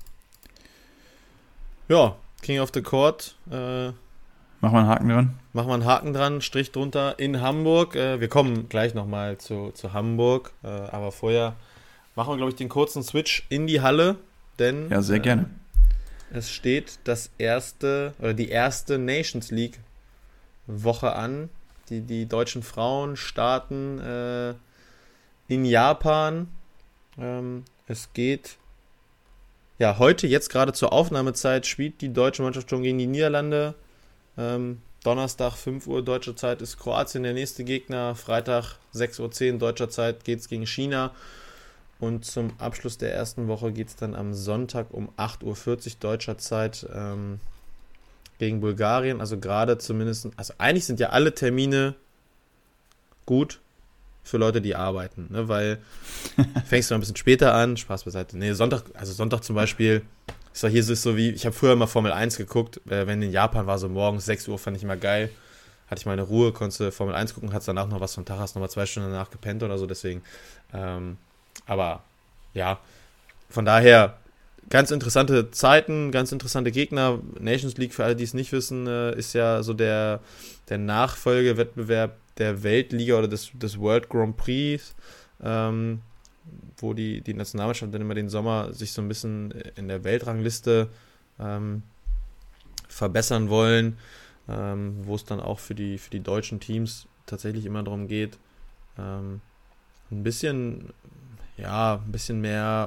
Ja, King of the Court. Äh, Machen wir einen Haken dran. Machen wir einen Haken dran, Strich drunter in Hamburg. Äh, wir kommen gleich nochmal zu, zu Hamburg, äh, aber vorher machen wir, glaube ich, den kurzen Switch in die Halle, denn ja, sehr gerne. Äh, es steht das erste, oder die erste Nations League Woche an. Die, die deutschen Frauen starten äh, in Japan. Ähm, es geht ja heute, jetzt gerade zur Aufnahmezeit, spielt die deutsche Mannschaft schon gegen die Niederlande. Ähm, Donnerstag fünf Uhr deutscher Zeit ist Kroatien der nächste Gegner. Freitag sechs Uhr zehn deutscher Zeit geht es gegen China. Und zum Abschluss der ersten Woche geht es dann am Sonntag um acht Uhr vierzig deutscher Zeit ähm, gegen Bulgarien, also gerade zumindest, also eigentlich sind ja alle Termine gut für Leute, die arbeiten, ne? Weil fängst du ein bisschen später an, Spaß beiseite. Nee, Sonntag, also Sonntag zum Beispiel, ist doch hier so, ist so wie, ich habe früher immer Formel eins geguckt, äh, wenn in Japan war, so morgens sechs Uhr, fand ich immer geil, hatte ich meine Ruhe, konntest Formel eins gucken, hattest danach noch was vom Tag, hast nochmal zwei Stunden danach gepennt oder so, deswegen, ähm, aber ja, von daher, ganz interessante Zeiten, ganz interessante Gegner. Nations League, für alle, die es nicht wissen, äh, ist ja so der, der Nachfolgewettbewerb der Weltliga oder des, des World Grand Prix, ähm, wo die, die Nationalmannschaft dann immer den Sommer sich so ein bisschen in der Weltrangliste ähm, verbessern wollen, ähm, wo es dann auch für die, für die deutschen Teams tatsächlich immer darum geht, ähm, ein bisschen, ja, ein bisschen mehr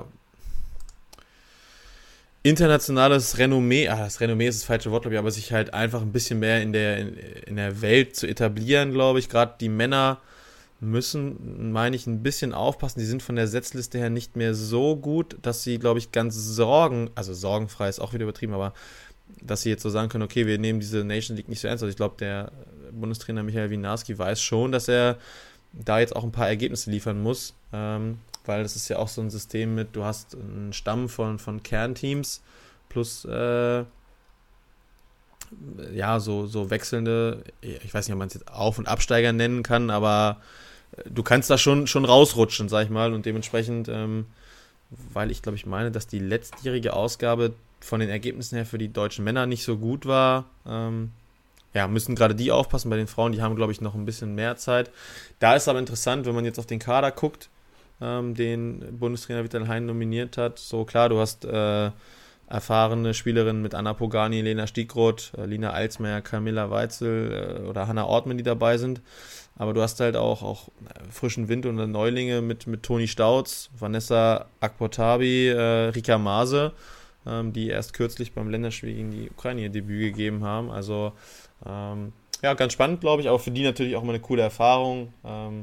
internationales Renommee, ah, das Renommee ist das falsche Wort, glaube ich, aber sich halt einfach ein bisschen mehr in der, in, in der Welt zu etablieren, glaube ich. Gerade die Männer müssen, meine ich, ein bisschen aufpassen. Die sind von der Setzliste her nicht mehr so gut, dass sie, glaube ich, ganz sorgen, also sorgenfrei ist auch wieder übertrieben, aber dass sie jetzt so sagen können, okay, wir nehmen diese Nation League nicht so ernst. Also ich glaube, der Bundestrainer Michael Winarski weiß schon, dass er da jetzt auch ein paar Ergebnisse liefern muss, ähm, weil das ist ja auch so ein System mit, du hast einen Stamm von, von Kernteams plus äh, ja, so, so wechselnde, ich weiß nicht, ob man es jetzt Auf- und Absteiger nennen kann, aber du kannst da schon, schon rausrutschen, sag ich mal, und dementsprechend, ähm, weil ich glaube, ich meine, dass die letztjährige Ausgabe von den Ergebnissen her für die deutschen Männer nicht so gut war, ähm, ja, müssen gerade die aufpassen. Bei den Frauen, die haben, glaube ich, noch ein bisschen mehr Zeit. Da ist aber interessant, wenn man jetzt auf den Kader guckt, ähm, den Bundestrainer Vital Hein nominiert hat. So klar, du hast äh, erfahrene Spielerinnen mit Anna Pogani, Lena Stiegroth, äh, Lina Alsmeyer, Camilla Weitzel äh, oder Hanna Ortmann, die dabei sind. Aber du hast halt auch, auch frischen Wind und Neulinge mit, mit Toni Stauz, Vanessa Akportabi, äh, Rika Maase, ähm, die erst kürzlich beim Länderspiel gegen die Ukraine ihr Debüt gegeben haben. Also ähm, ja, ganz spannend, glaube ich, aber für die natürlich auch mal eine coole Erfahrung, ähm,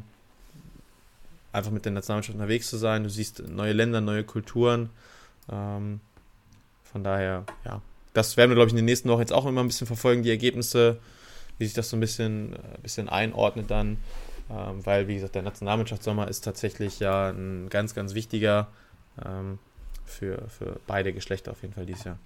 einfach mit der Nationalmannschaft unterwegs zu sein. Du siehst neue Länder, neue Kulturen. Ähm, von daher, ja, das werden wir, glaube ich, in den nächsten Wochen jetzt auch immer ein bisschen verfolgen, die Ergebnisse, wie sich das so ein bisschen, äh, bisschen einordnet dann, ähm, weil, wie gesagt, der Nationalmannschaftssommer ist tatsächlich ja ein ganz, ganz wichtiger ähm, für, für beide Geschlechter auf jeden Fall dieses Jahr.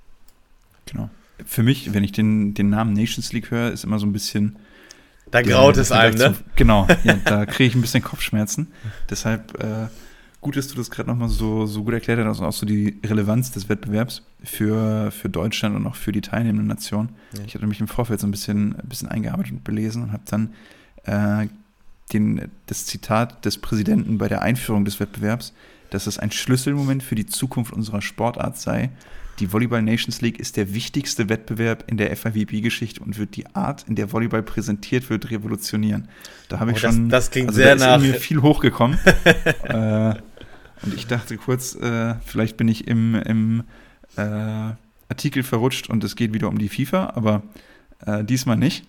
Genau. Für mich, wenn ich den, den Namen Nations League höre, ist immer so ein bisschen... Da graut es einem, ne? Zu, genau, ja, da kriege ich ein bisschen Kopfschmerzen. Deshalb äh, gut, dass du das gerade nochmal so, so gut erklärt hast, also auch so die Relevanz des Wettbewerbs für, für Deutschland und auch für die teilnehmenden Nationen. Ja. Ich hatte mich im Vorfeld so ein bisschen, ein bisschen eingearbeitet und belesen und habe dann äh, den, das Zitat des Präsidenten bei der Einführung des Wettbewerbs, dass es ein Schlüsselmoment für die Zukunft unserer Sportart sei. Die Volleyball Nations League ist der wichtigste Wettbewerb in der F I V B-Geschichte und wird die Art, in der Volleyball präsentiert wird, revolutionieren. Da habe ich oh, schon, das, das klingt also sehr da ist nach mir viel hochgekommen. äh, und ich dachte kurz, äh, vielleicht bin ich im, im äh, Artikel verrutscht und es geht wieder um die FIFA, aber äh, diesmal nicht.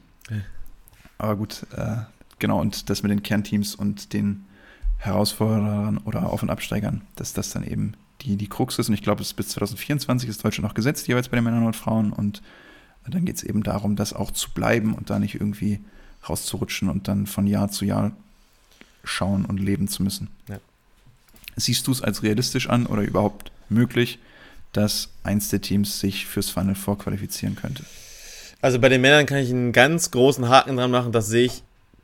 Aber gut, äh, genau, und das mit den Kernteams und den Herausforderern oder Auf- und Absteigern, dass das dann eben die, die Krux ist. Und ich glaube, es ist bis zwanzig vierundzwanzig ist Deutschland noch gesetzt, jeweils bei den Männern und Frauen. Und dann geht es eben darum, das auch zu bleiben und da nicht irgendwie rauszurutschen und dann von Jahr zu Jahr schauen und leben zu müssen. Ja. Siehst du es als realistisch an oder überhaupt möglich, dass eins der Teams sich fürs Final Four qualifizieren könnte? Also bei den Männern kann ich einen ganz großen Haken dran machen, das sehe ich.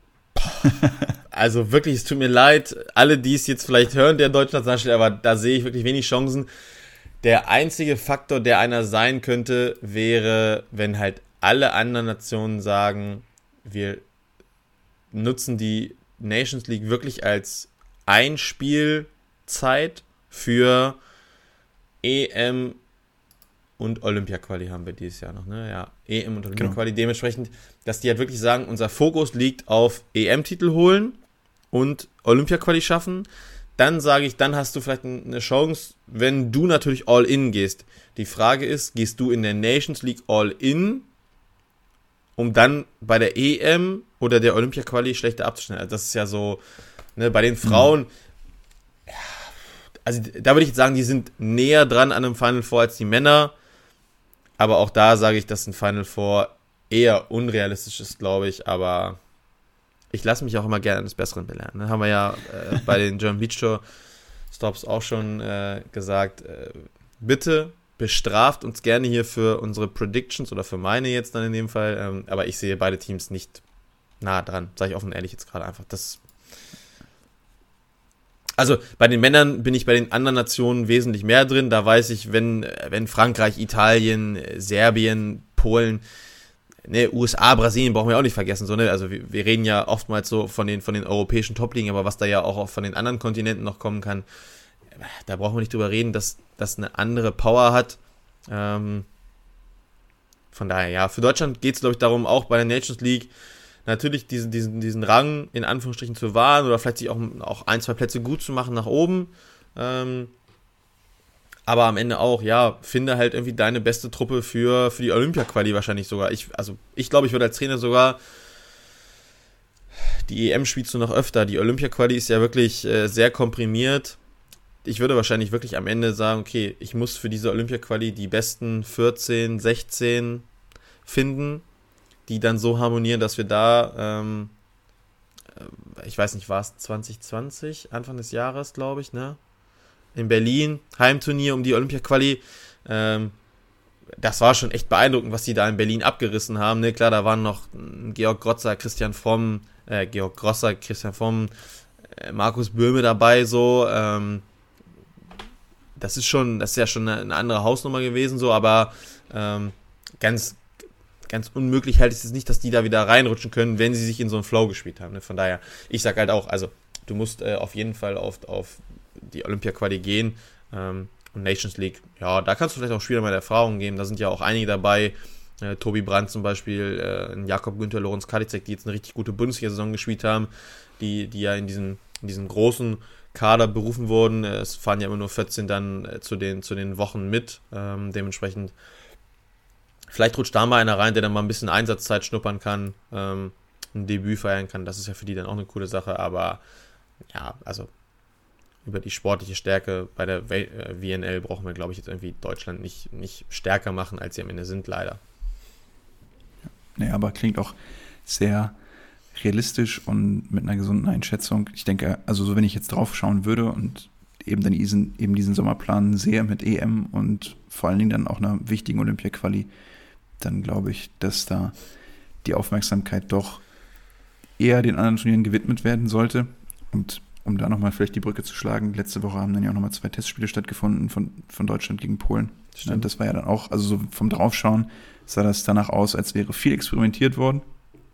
Also wirklich, es tut mir leid, alle, die es jetzt vielleicht hören, der deutschen Nationalspieler, aber da sehe ich wirklich wenig Chancen. Der einzige Faktor, der einer sein könnte, wäre, wenn halt alle anderen Nationen sagen, wir nutzen die Nations League wirklich als Einspielzeit für E M und Olympia-Quali haben wir dieses Jahr noch, ne? Ja, E M und Olympia-Quali. Genau. Dementsprechend, dass die halt wirklich sagen, unser Fokus liegt auf E M-Titel holen und Olympia-Quali schaffen. Dann sage ich, dann hast du vielleicht eine Chance, wenn du natürlich All-In gehst. Die Frage ist, gehst du in der Nations League All-In, um dann bei der E M oder der Olympia-Quali schlechter abzuschneiden? Also das ist ja so, ne, bei den Frauen, mhm. ja, also da würde ich jetzt sagen, die sind näher dran an einem Final Four als die Männer. Aber auch da sage ich, dass ein Final Four eher unrealistisch ist, glaube ich. Aber ich lasse mich auch immer gerne eines Besseren belehren. Das haben wir ja äh, bei den German Beach Tour Stops auch schon äh, gesagt. Äh, bitte bestraft uns gerne hier für unsere Predictions oder für meine jetzt dann in dem Fall. Ähm, aber ich sehe beide Teams nicht nah dran. Sage ich offen und ehrlich jetzt gerade einfach. Das Also bei den Männern bin ich bei den anderen Nationen wesentlich mehr drin. Da weiß ich, wenn, wenn Frankreich, Italien, Serbien, Polen, ne, U S A, Brasilien brauchen wir auch nicht vergessen. So, ne? Also wir, wir reden ja oftmals so von den, von den europäischen Top-Ligen, aber was da ja auch von den anderen Kontinenten noch kommen kann, da brauchen wir nicht drüber reden, dass das eine andere Power hat. Ähm, von daher, ja, für Deutschland geht es, glaube ich, darum, auch bei der Nations League natürlich diesen, diesen, diesen Rang in Anführungsstrichen zu wahren oder vielleicht sich auch, auch ein, zwei Plätze gut zu machen nach oben. Ähm, aber am Ende auch, ja, finde halt irgendwie deine beste Truppe für, für die Olympia-Quali wahrscheinlich sogar. Ich, also ich glaube, ich würde als Trainer sogar, die E M spielst du noch öfter. Die Olympia-Quali ist ja wirklich äh, sehr komprimiert. Ich würde wahrscheinlich wirklich am Ende sagen, okay, ich muss für diese Olympia-Quali die besten vierzehn, sechzehn finden, die dann so harmonieren, dass wir da, ähm, ich weiß nicht, war es zwanzig zwanzig, Anfang des Jahres, glaube ich, ne? In Berlin, Heimturnier um die Olympia-Quali. Ähm, das war schon echt beeindruckend, was die da in Berlin abgerissen haben. Ne? Klar, da waren noch Georg Grosser, Christian Fromm, äh, Georg Grosser, Christian Fromm, äh, Markus Böhme dabei, so. Ähm, das ist schon, das ist ja schon eine, eine andere Hausnummer gewesen, so, aber ähm, ganz Ganz unmöglich halte ich es nicht, dass die da wieder reinrutschen können, wenn sie sich in so einen Flow gespielt haben. Ne? Von daher, ich sag halt auch, also du musst äh, auf jeden Fall auf, auf die Olympia-Quali gehen. Ähm, und Nations League, ja, da kannst du vielleicht auch Spieler mal Erfahrungen geben. Da sind ja auch einige dabei. Äh, Tobi Brandt zum Beispiel, äh, Jakob Günther, Lorenz Kadicek, die jetzt eine richtig gute Bundesliga-Saison gespielt haben, die, die ja in diesen, in diesen großen Kader berufen wurden. Es fahren ja immer nur vierzehn dann äh, zu, den, zu den Wochen mit. Ähm, dementsprechend vielleicht rutscht da mal einer rein, der dann mal ein bisschen Einsatzzeit schnuppern kann, ähm, ein Debüt feiern kann. Das ist ja für die dann auch eine coole Sache. Aber ja, also über die sportliche Stärke bei der W N L brauchen wir, glaube ich, jetzt irgendwie Deutschland nicht, nicht stärker machen, als sie am Ende sind, leider. Naja, aber klingt auch sehr realistisch und mit einer gesunden Einschätzung. Ich denke, also so wenn ich jetzt drauf schauen würde und eben dann diesen, eben diesen Sommerplan sehe mit E M und vor allen Dingen dann auch einer wichtigen Olympia-Quali, dann glaube ich, dass da die Aufmerksamkeit doch eher den anderen Turnieren gewidmet werden sollte. Und um da nochmal vielleicht die Brücke zu schlagen, letzte Woche haben dann ja auch nochmal zwei Testspiele stattgefunden von, von Deutschland gegen Polen. Stimmt. Das war ja dann auch, also so vom Draufschauen sah das danach aus, als wäre viel experimentiert worden.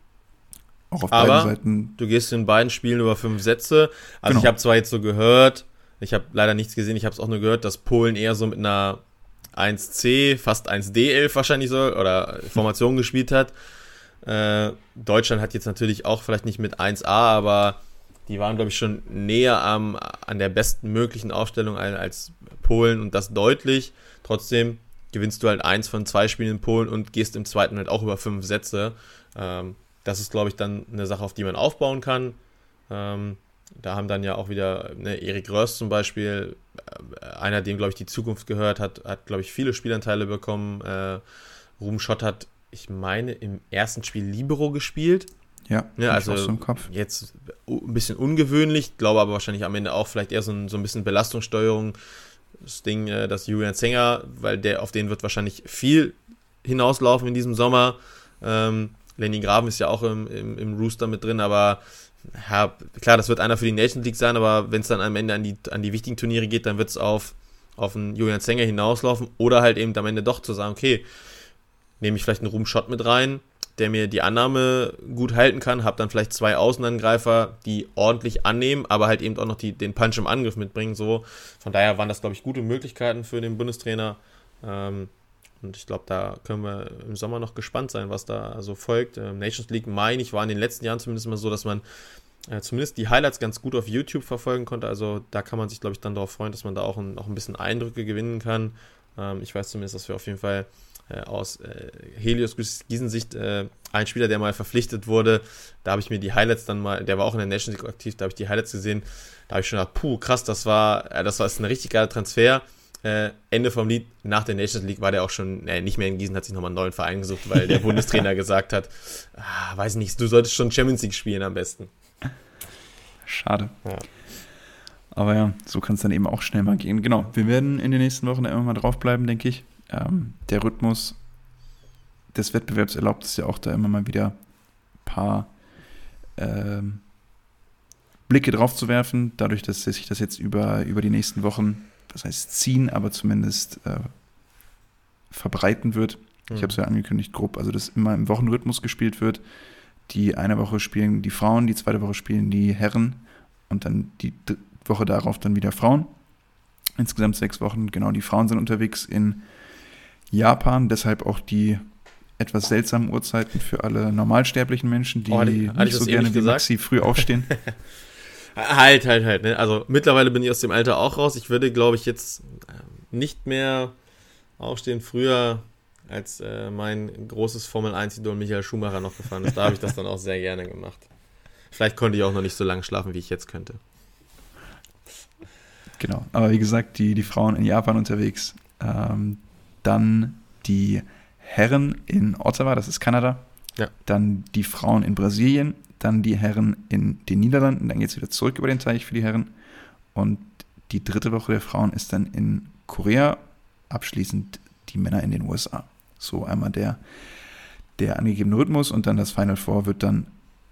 Auch auf Aber beiden Seiten. Du gehst in beiden Spielen über fünf Sätze. Also genau. Ich habe zwar jetzt so gehört, ich habe leider nichts gesehen, ich habe es auch nur gehört, dass Polen eher so mit einer eins C, fast eins D elf wahrscheinlich so, oder Formation gespielt hat. Äh, Deutschland hat jetzt natürlich auch vielleicht nicht mit eins A, aber die waren, glaube ich, schon näher am, an der besten möglichen Aufstellung als Polen und das deutlich. Trotzdem gewinnst du halt eins von zwei Spielen in Polen und gehst im zweiten halt auch über fünf Sätze. Ähm, das ist, glaube ich, dann eine Sache, auf die man aufbauen kann. Ähm, Da haben dann ja auch wieder ne, Erik Röst zum Beispiel, äh, einer, dem, glaube ich, die Zukunft gehört hat, hat, glaube ich, viele Spielanteile bekommen. Äh, Ruben Schott hat, ich meine, im ersten Spiel Libero gespielt. Ja, ja also im Kopf. Jetzt ein bisschen ungewöhnlich, glaube aber wahrscheinlich am Ende auch vielleicht eher so ein, so ein bisschen Belastungssteuerung. Das Ding, äh, das Julian Zenger, weil der auf den wird wahrscheinlich viel hinauslaufen in diesem Sommer. Ähm, Lenny Graven ist ja auch im, im, im Rooster mit drin, aber ja, klar, das wird einer für die Nations League sein, aber wenn es dann am Ende an die, an die wichtigen Turniere geht, dann wird es auf, auf einen Julian Zenger hinauslaufen oder halt eben am Ende doch zu sagen, okay, nehme ich vielleicht einen Ruben Schott mit rein, der mir die Annahme gut halten kann, habe dann vielleicht zwei Außenangreifer, die ordentlich annehmen, aber halt eben auch noch die, den Punch im Angriff mitbringen. So. Von daher waren das, glaube ich, gute Möglichkeiten für den Bundestrainer. Ähm, Und ich glaube, da können wir im Sommer noch gespannt sein, was da so folgt. Ähm, Nations League, meine ich, war in den letzten Jahren zumindest mal so, dass man äh, zumindest die Highlights ganz gut auf YouTube verfolgen konnte. Also da kann man sich, glaube ich, dann darauf freuen, dass man da auch ein, auch ein bisschen Eindrücke gewinnen kann. Ähm, ich weiß zumindest, dass wir auf jeden Fall äh, aus äh, Helios Gießen-Sicht äh, ein Spieler, der mal verpflichtet wurde, da habe ich mir die Highlights dann mal, der war auch in der Nations League aktiv, da habe ich die Highlights gesehen. Da habe ich schon gedacht, puh, krass, das war, äh, das war ist ein richtig geiler Transfer. Äh, Ende vom Lied, nach der Nations League war der auch schon äh, nicht mehr in Gießen, hat sich nochmal einen neuen Verein gesucht, weil der Bundestrainer gesagt hat, ah, weiß nicht, du solltest schon Champions League spielen am besten. Schade. Ja. Aber ja, so kann es dann eben auch schnell mal gehen. Genau, wir werden in den nächsten Wochen immer mal draufbleiben, denke ich. Ähm, der Rhythmus des Wettbewerbs erlaubt es ja auch, da immer mal wieder ein paar ähm, Blicke drauf zu werfen, dadurch, dass sich das jetzt über, über die nächsten Wochen, das heißt ziehen, aber zumindest äh, verbreiten wird. Mhm. Ich habe es ja angekündigt, grob, also dass immer im Wochenrhythmus gespielt wird. Die eine Woche spielen die Frauen, die zweite Woche spielen die Herren und dann die Woche darauf dann wieder Frauen. Insgesamt sechs Wochen, genau, die Frauen sind unterwegs in Japan, deshalb auch die etwas seltsamen Uhrzeiten für alle normalsterblichen Menschen, die oh, hatte, nicht hatte so gerne wie Maxi früh aufstehen. Halt, halt, halt. Ne? Also mittlerweile bin ich aus dem Alter auch raus. Ich würde, glaube ich, jetzt nicht mehr aufstehen. Früher, als äh, mein großes Formel eins Idol Michael Schumacher noch gefahren ist, da habe ich das dann auch sehr gerne gemacht. Vielleicht konnte ich auch noch nicht so lange schlafen, wie ich jetzt könnte. Genau, aber wie gesagt, die, die Frauen in Japan unterwegs. Ähm, dann die Herren in Ottawa, das ist Kanada. Ja. Dann die Frauen in Brasilien. Dann die Herren in den Niederlanden, dann geht es wieder zurück über den Teich für die Herren. Und die dritte Woche der Frauen ist dann in Korea, abschließend die Männer in den U S A. So einmal der, der angegebene Rhythmus und dann das Final Four wird dann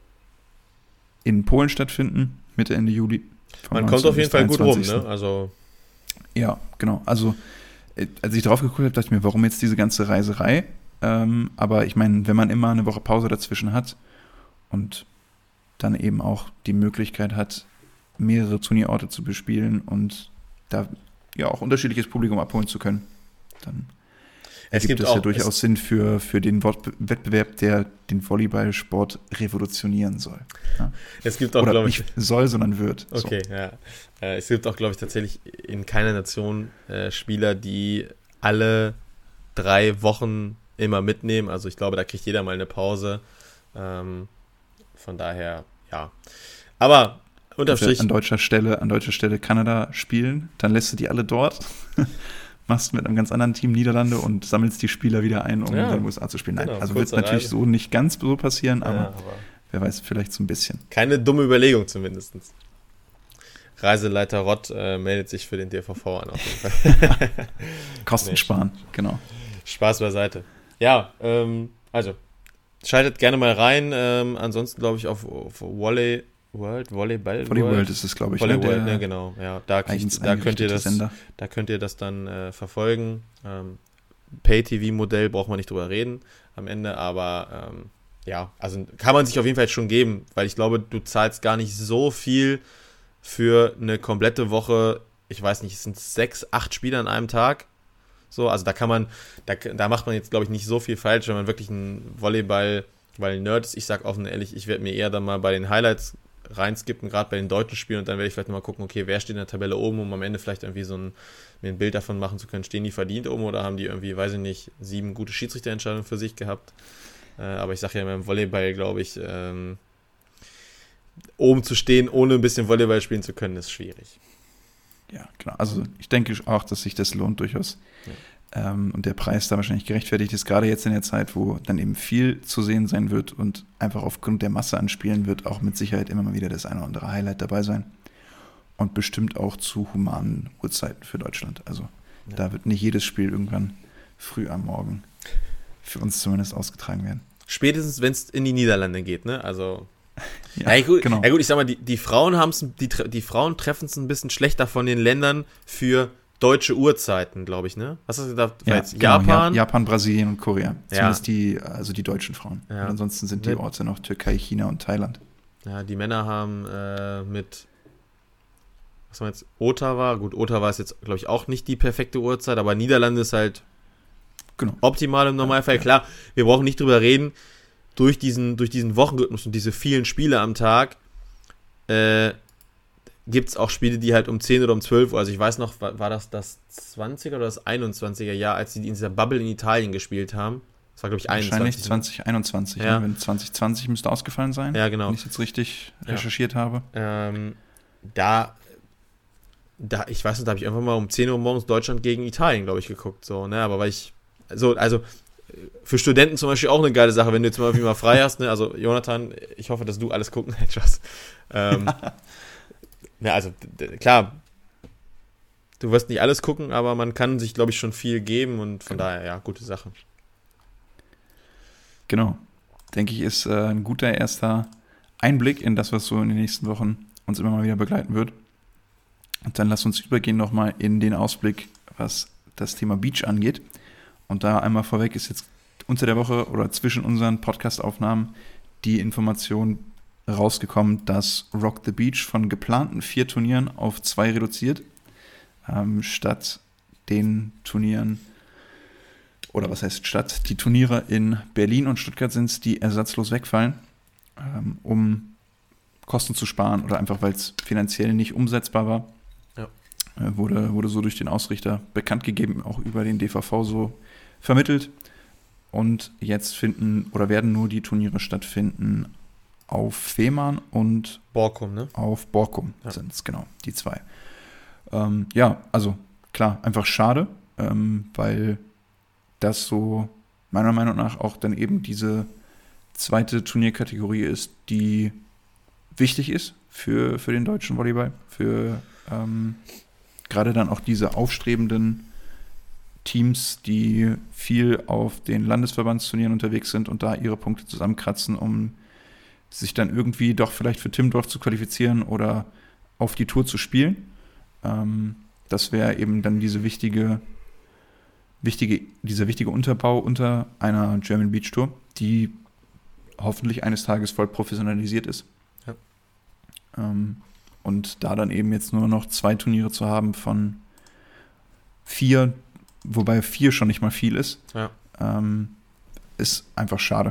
in Polen stattfinden, Mitte, Ende Juli. Man kommt auf jeden Fall gut rum, ne? Also ja, genau. Also als ich drauf geguckt habe, dachte ich mir, warum jetzt diese ganze Reiserei? Ähm, aber ich meine, wenn man immer eine Woche Pause dazwischen hat und dann eben auch die Möglichkeit hat, mehrere Turnierorte zu bespielen und da ja auch unterschiedliches Publikum abholen zu können, dann es gibt es ja durchaus Sinn für, für den Wettbewerb, der den Volleyballsport revolutionieren soll. Ja? Es gibt auch, Oder glaube ich, nicht soll, sondern wird. Okay, so. ja. Äh, es gibt auch, glaube ich, tatsächlich in keiner Nation äh, Spieler, die alle drei Wochen immer mitnehmen. Also ich glaube, da kriegt jeder mal eine Pause. Ähm, Von daher, ja. Aber unterm Strich. An deutscher Stelle, an deutscher Stelle Kanada spielen, dann lässt du die alle dort, machst mit einem ganz anderen Team Niederlande und sammelst die Spieler wieder ein, um ja, in den U S A zu spielen. Nein, genau, also wird es natürlich Reise. so nicht ganz so passieren, aber, ja, aber wer weiß, vielleicht so ein bisschen. Keine dumme Überlegung zumindest. Reiseleiter Rott äh, meldet sich für den D V V an auf jeden Fall. Kosten nee, sparen, genau. Spaß beiseite. Ja, ähm, also schaltet gerne mal rein. Ähm, ansonsten glaube ich auf, auf Volley World, Volleyball Volley World ist es, glaube ich. Volley ne, World, ne, genau. Ja, da, kriegt, da, könnt ihr das, Sender. da könnt ihr das dann äh, verfolgen. Ähm, Pay-T V-Modell braucht man nicht drüber reden am Ende, aber ähm, ja, also kann man sich auf jeden Fall schon geben, weil ich glaube, du zahlst gar nicht so viel für eine komplette Woche. Ich weiß nicht, es sind sechs, acht Spiele an einem Tag. So, also da kann man, da, da macht man jetzt, glaube ich, nicht so viel falsch, wenn man wirklich ein Volleyball, weil Nerd ist, ich sag offen ehrlich, ich werde mir eher dann mal bei den Highlights reinskippen, gerade bei den deutschen Spielen und dann werde ich vielleicht nochmal gucken, okay, wer steht in der Tabelle oben, um am Ende vielleicht irgendwie so ein, mir ein Bild davon machen zu können, stehen die verdient oben oder haben die irgendwie, weiß ich nicht, sieben gute Schiedsrichterentscheidungen für sich gehabt. Äh, aber ich sage ja, beim Volleyball, glaube ich, ähm, oben zu stehen, ohne ein bisschen Volleyball spielen zu können, ist schwierig. Ja, genau. Also ich denke auch, dass sich das lohnt durchaus. Ja. Ähm, und der Preis da wahrscheinlich gerechtfertigt ist, gerade jetzt in der Zeit, wo dann eben viel zu sehen sein wird und einfach aufgrund der Masse an Spielen wird auch mit Sicherheit immer mal wieder das eine oder andere Highlight dabei sein. Und bestimmt auch zu humanen Uhrzeiten für Deutschland. Also ja. Da wird nicht jedes Spiel irgendwann früh am Morgen für uns zumindest ausgetragen werden. Spätestens, wenn es in die Niederlande geht, ne? Also Ja, ja, gut, genau. ja gut, ich sag mal, die, die Frauen haben's, die, die Frauen treffen es ein bisschen schlechter von den Ländern für deutsche Uhrzeiten, glaube ich, ne? Was hast du gedacht? Ja, jetzt genau, Japan? Ja, Japan, Brasilien und Korea. Ja. Zumindest die, also die deutschen Frauen. Ja. Und ansonsten sind die Mit, Orte noch Türkei, China und Thailand. Ja, die Männer haben äh, mit was haben wir jetzt? Ottawa. Gut, Ottawa ist jetzt, glaube ich, auch nicht die perfekte Uhrzeit, aber Niederlande ist halt genau. optimal im Normalfall. Ja, ja. Klar, wir brauchen nicht drüber reden. Durch diesen, durch diesen Wochenrhythmus und diese vielen Spiele am Tag äh, gibt es auch Spiele, die halt um zehn oder um zwölf Uhr, also ich weiß noch, war, war das das zwanziger oder das einundzwanziger Jahr, als sie in dieser Bubble in Italien gespielt haben? Das war, glaube ich, einundzwanzig. Wahrscheinlich zwanzig einundzwanzig, ja. Ne? Wenn zwanzig zwanzig müsste ausgefallen sein, ja, genau. wenn ich es jetzt richtig ja. recherchiert habe. Ähm, da da, ich weiß nicht, da habe ich einfach mal um zehn Uhr morgens Deutschland gegen Italien, glaube ich, geguckt, so, ne, aber weil ich, so, also, für Studenten zum Beispiel auch eine geile Sache, wenn du jetzt mal, mal frei hast, ne, also, Jonathan, ich hoffe, dass du alles gucken, Spaß. ähm, ja, also, d- klar, du wirst nicht alles gucken, aber man kann sich, glaube ich, schon viel geben und von Genau. daher, ja, gute Sache. Genau. Denke ich, ist äh, ein guter erster Einblick in das, was so in den nächsten Wochen uns immer mal wieder begleiten wird. Und dann lass uns übergehen nochmal in den Ausblick, was das Thema Beach angeht. Und da einmal vorweg ist jetzt unter der Woche oder zwischen unseren Podcast-Aufnahmen die Information rausgekommen, dass Rock the Beach von geplanten vier Turnieren auf zwei reduziert. Ähm, statt den Turnieren, oder was heißt statt, die Turniere in Berlin und Stuttgart sind es, die ersatzlos wegfallen, ähm, um Kosten zu sparen oder einfach, weil es finanziell nicht umsetzbar war. Ja. Äh, wurde, wurde so durch den Ausrichter bekannt gegeben, auch über den D V V so vermittelt. Und jetzt finden oder werden nur die Turniere stattfinden auf Fehmarn und Borkum, ne? auf Borkum Ja. sind es, genau, die zwei. Ähm, ja, also klar, einfach schade, ähm, weil das so meiner Meinung nach auch dann eben diese zweite Turnierkategorie ist, die wichtig ist für, für den deutschen Volleyball, für ähm, gerade dann auch diese aufstrebenden Teams, die viel auf den Landesverbandsturnieren unterwegs sind und da ihre Punkte zusammenkratzen, um sich dann irgendwie doch vielleicht für Timmendorf zu qualifizieren oder auf die Tour zu spielen. Ähm, das wäre eben dann diese wichtige, wichtige, dieser wichtige Unterbau unter einer German Beach Tour, die hoffentlich eines Tages voll professionalisiert ist. Ja. Ähm, und da dann eben jetzt nur noch zwei Turniere zu haben von vier, wobei vier schon nicht mal viel ist, Ja. ähm, ist einfach schade.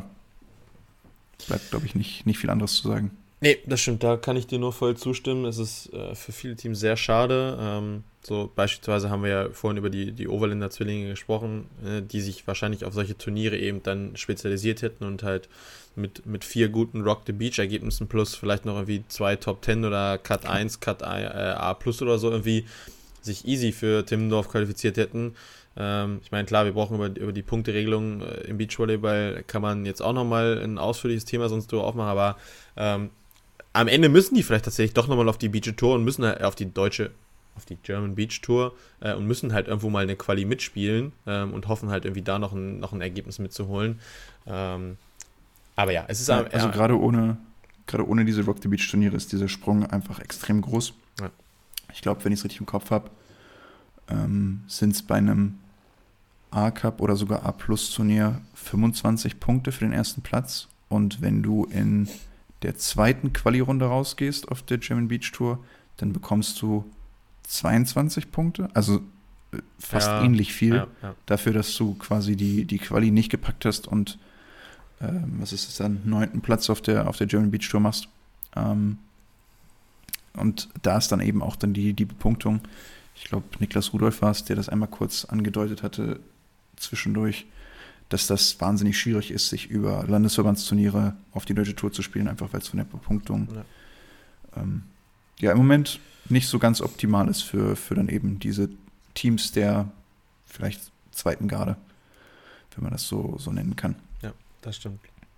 Bleibt, glaube ich, nicht, nicht viel anderes zu sagen. Nee, das stimmt, da kann ich dir nur voll zustimmen. Es ist äh, für viele Teams sehr schade. Ähm, so beispielsweise haben wir ja vorhin über die, die Overländer Zwillinge gesprochen, äh, die sich wahrscheinlich auf solche Turniere eben dann spezialisiert hätten und halt mit, mit vier guten Rock the Beach Ergebnissen plus vielleicht noch irgendwie zwei Top zehn oder Cut eins, Cut A plus oder so irgendwie sich easy für Timmendorf qualifiziert hätten. Ähm, ich meine, klar, wir brauchen über, über die Punkteregelung äh, im Beachvolleyball, kann man jetzt auch nochmal ein ausführliches Thema sonst drüber aufmachen, aber ähm, am Ende müssen die vielleicht tatsächlich doch nochmal auf die Beach Tour und müssen halt auf die deutsche, auf die German Beach Tour äh, und müssen halt irgendwo mal eine Quali mitspielen ähm, und hoffen halt irgendwie da noch ein, noch ein Ergebnis mitzuholen. Ähm, aber ja, es ist Ja, am- also ja, gerade ohne, gerade ohne diese Rock the Beach Turniere ist dieser Sprung einfach extrem groß. Ja. Ich glaube, wenn ich es richtig im Kopf habe, ähm, sind es bei einem A-Cup oder sogar A-Plus-Turnier fünfundzwanzig Punkte für den ersten Platz. Und wenn du in der zweiten Quali-Runde rausgehst auf der German Beach Tour, dann bekommst du zweiundzwanzig Punkte. Also äh, fast Ja, ähnlich viel ja, ja. dafür, dass du quasi die, die Quali nicht gepackt hast und ähm, was ist es dann, neunten Platz auf der, auf der German Beach Tour machst. Ähm, und da ist dann eben auch dann die, die Bepunktung. Ich glaube, Niklas Rudolph war es, der das einmal kurz angedeutet hatte zwischendurch, dass das wahnsinnig schwierig ist, sich über Landesverbandsturniere auf die deutsche Tour zu spielen, einfach weil es von der Bepunktung Ja. ähm, ja im Moment nicht so ganz optimal ist für, für dann eben diese Teams der vielleicht zweiten Garde, wenn man das so, so nennen kann. Das stimmt.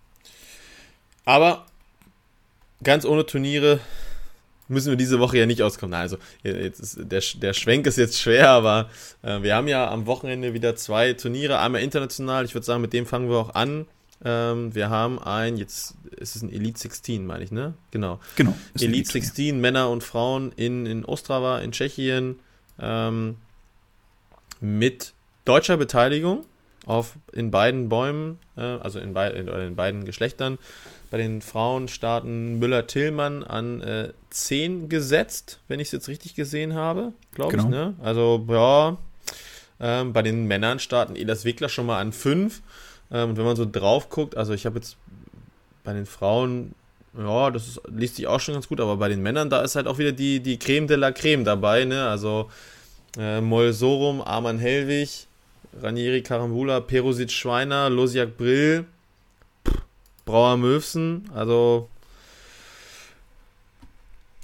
Aber ganz ohne Turniere müssen wir diese Woche ja nicht auskommen. Na, also jetzt ist, der, der Schwenk ist jetzt schwer, aber äh, wir haben ja am Wochenende wieder zwei Turniere, einmal international. Ich würde sagen, mit dem fangen wir auch an. Ähm, wir haben ein, jetzt ist es ein Elite sechzehn, meine ich, ne? Genau. Genau. ist ein Elite Turnier. sechzehn, Männer und Frauen in, in Ostrava, in Tschechien, ähm, mit deutscher Beteiligung auf, in beiden Bäumen, äh, also in, bei, in, in beiden Geschlechtern. Bei den Frauen starten Müller-Tillmann an äh, zehn gesetzt, wenn ich es jetzt richtig gesehen habe, glaube Genau. ich. Ne? Also, ja, ähm, bei den Männern starten Elas Wickler schon mal an fünf. Ähm, und wenn man so drauf guckt, also ich habe jetzt bei den Frauen, ja, das ist, liest sich auch schon ganz gut, aber bei den Männern, da ist halt auch wieder die, die Creme de la Creme dabei, ne? Also äh, Moll Sorum, Arman Hellwig, Ranieri Karambula, Perusic Schweiner, Losiak Brill, Brauer Möfsen, also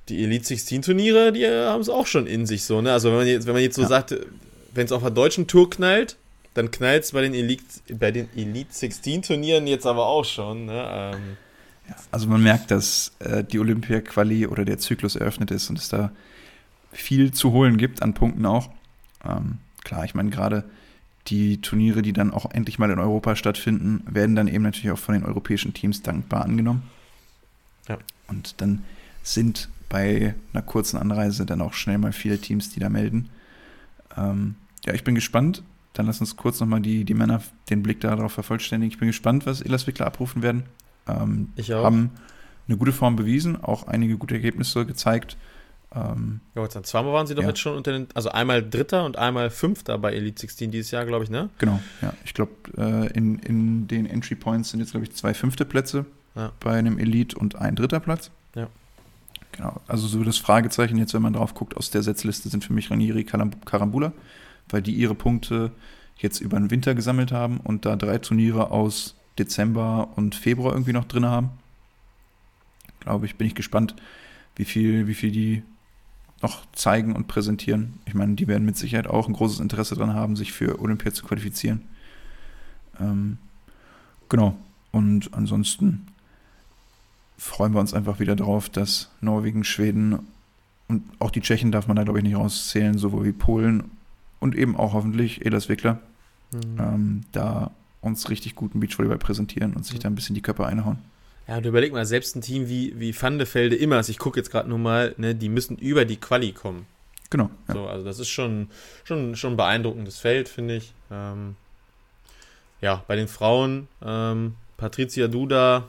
die Elite sechzehn Turniere, die haben es auch schon in sich so, ne? Also wenn man jetzt, wenn man jetzt so ja. sagt, wenn es auf der deutschen Tour knallt, dann knallt es bei den Elite, bei den Elite sechzehn Turnieren jetzt aber auch schon, ne? Ähm, ja, also man merkt, dass äh, die Olympia-Quali oder der Zyklus eröffnet ist und es da viel zu holen gibt an Punkten auch. Ähm, klar, ich meine gerade die Turniere, die dann auch endlich mal in Europa stattfinden, werden dann eben natürlich auch von den europäischen Teams dankbar angenommen. Ja. Und dann sind bei einer kurzen Anreise dann auch schnell mal viele Teams, die da melden. Ähm, ja, ich bin gespannt. Dann lass uns kurz nochmal die, die Männer den Blick darauf vervollständigen. Ich bin gespannt, was Elasvikler abrufen werden. Ähm, ich auch. Haben eine gute Form bewiesen, auch einige gute Ergebnisse gezeigt. Ähm, ja, jetzt zweimal waren sie doch ja. jetzt schon unter den, also einmal Dritter und einmal Fünfter bei Elite sechzehn dieses Jahr, glaube ich, ne? Genau, ja. Ich glaube, äh, in, in den Entry Points sind jetzt, glaube ich, zwei fünfte Plätze ja. bei einem Elite und ein dritter Platz. Ja. Genau, also so das Fragezeichen jetzt, wenn man drauf guckt, aus der Setzliste sind für mich Ranieri, Karambula, weil die ihre Punkte jetzt über den Winter gesammelt haben und da drei Turniere aus Dezember und Februar irgendwie noch drin haben. Glaube ich, bin ich gespannt, wie viel, wie viel die noch zeigen und präsentieren. Ich meine, die werden mit Sicherheit auch ein großes Interesse daran haben, sich für Olympia zu qualifizieren. Ähm, genau. Und ansonsten freuen wir uns einfach wieder drauf, dass Norwegen, Schweden und auch die Tschechen darf man da, glaube ich, nicht rauszählen, sowohl wie Polen und eben auch hoffentlich Elasvikler, mhm. ähm, da uns richtig guten Beachvolleyball präsentieren und sich mhm. da ein bisschen die Köpfe einhauen. Ja, und überleg mal, selbst ein Team wie, wie Van de Velde Immers, ich gucke jetzt gerade nur mal, ne, die müssen über die Quali kommen. Genau. Ja. So, also das ist schon, schon, schon ein beeindruckendes Feld, finde ich. Ähm, ja, bei den Frauen, ähm, Patricia Duda,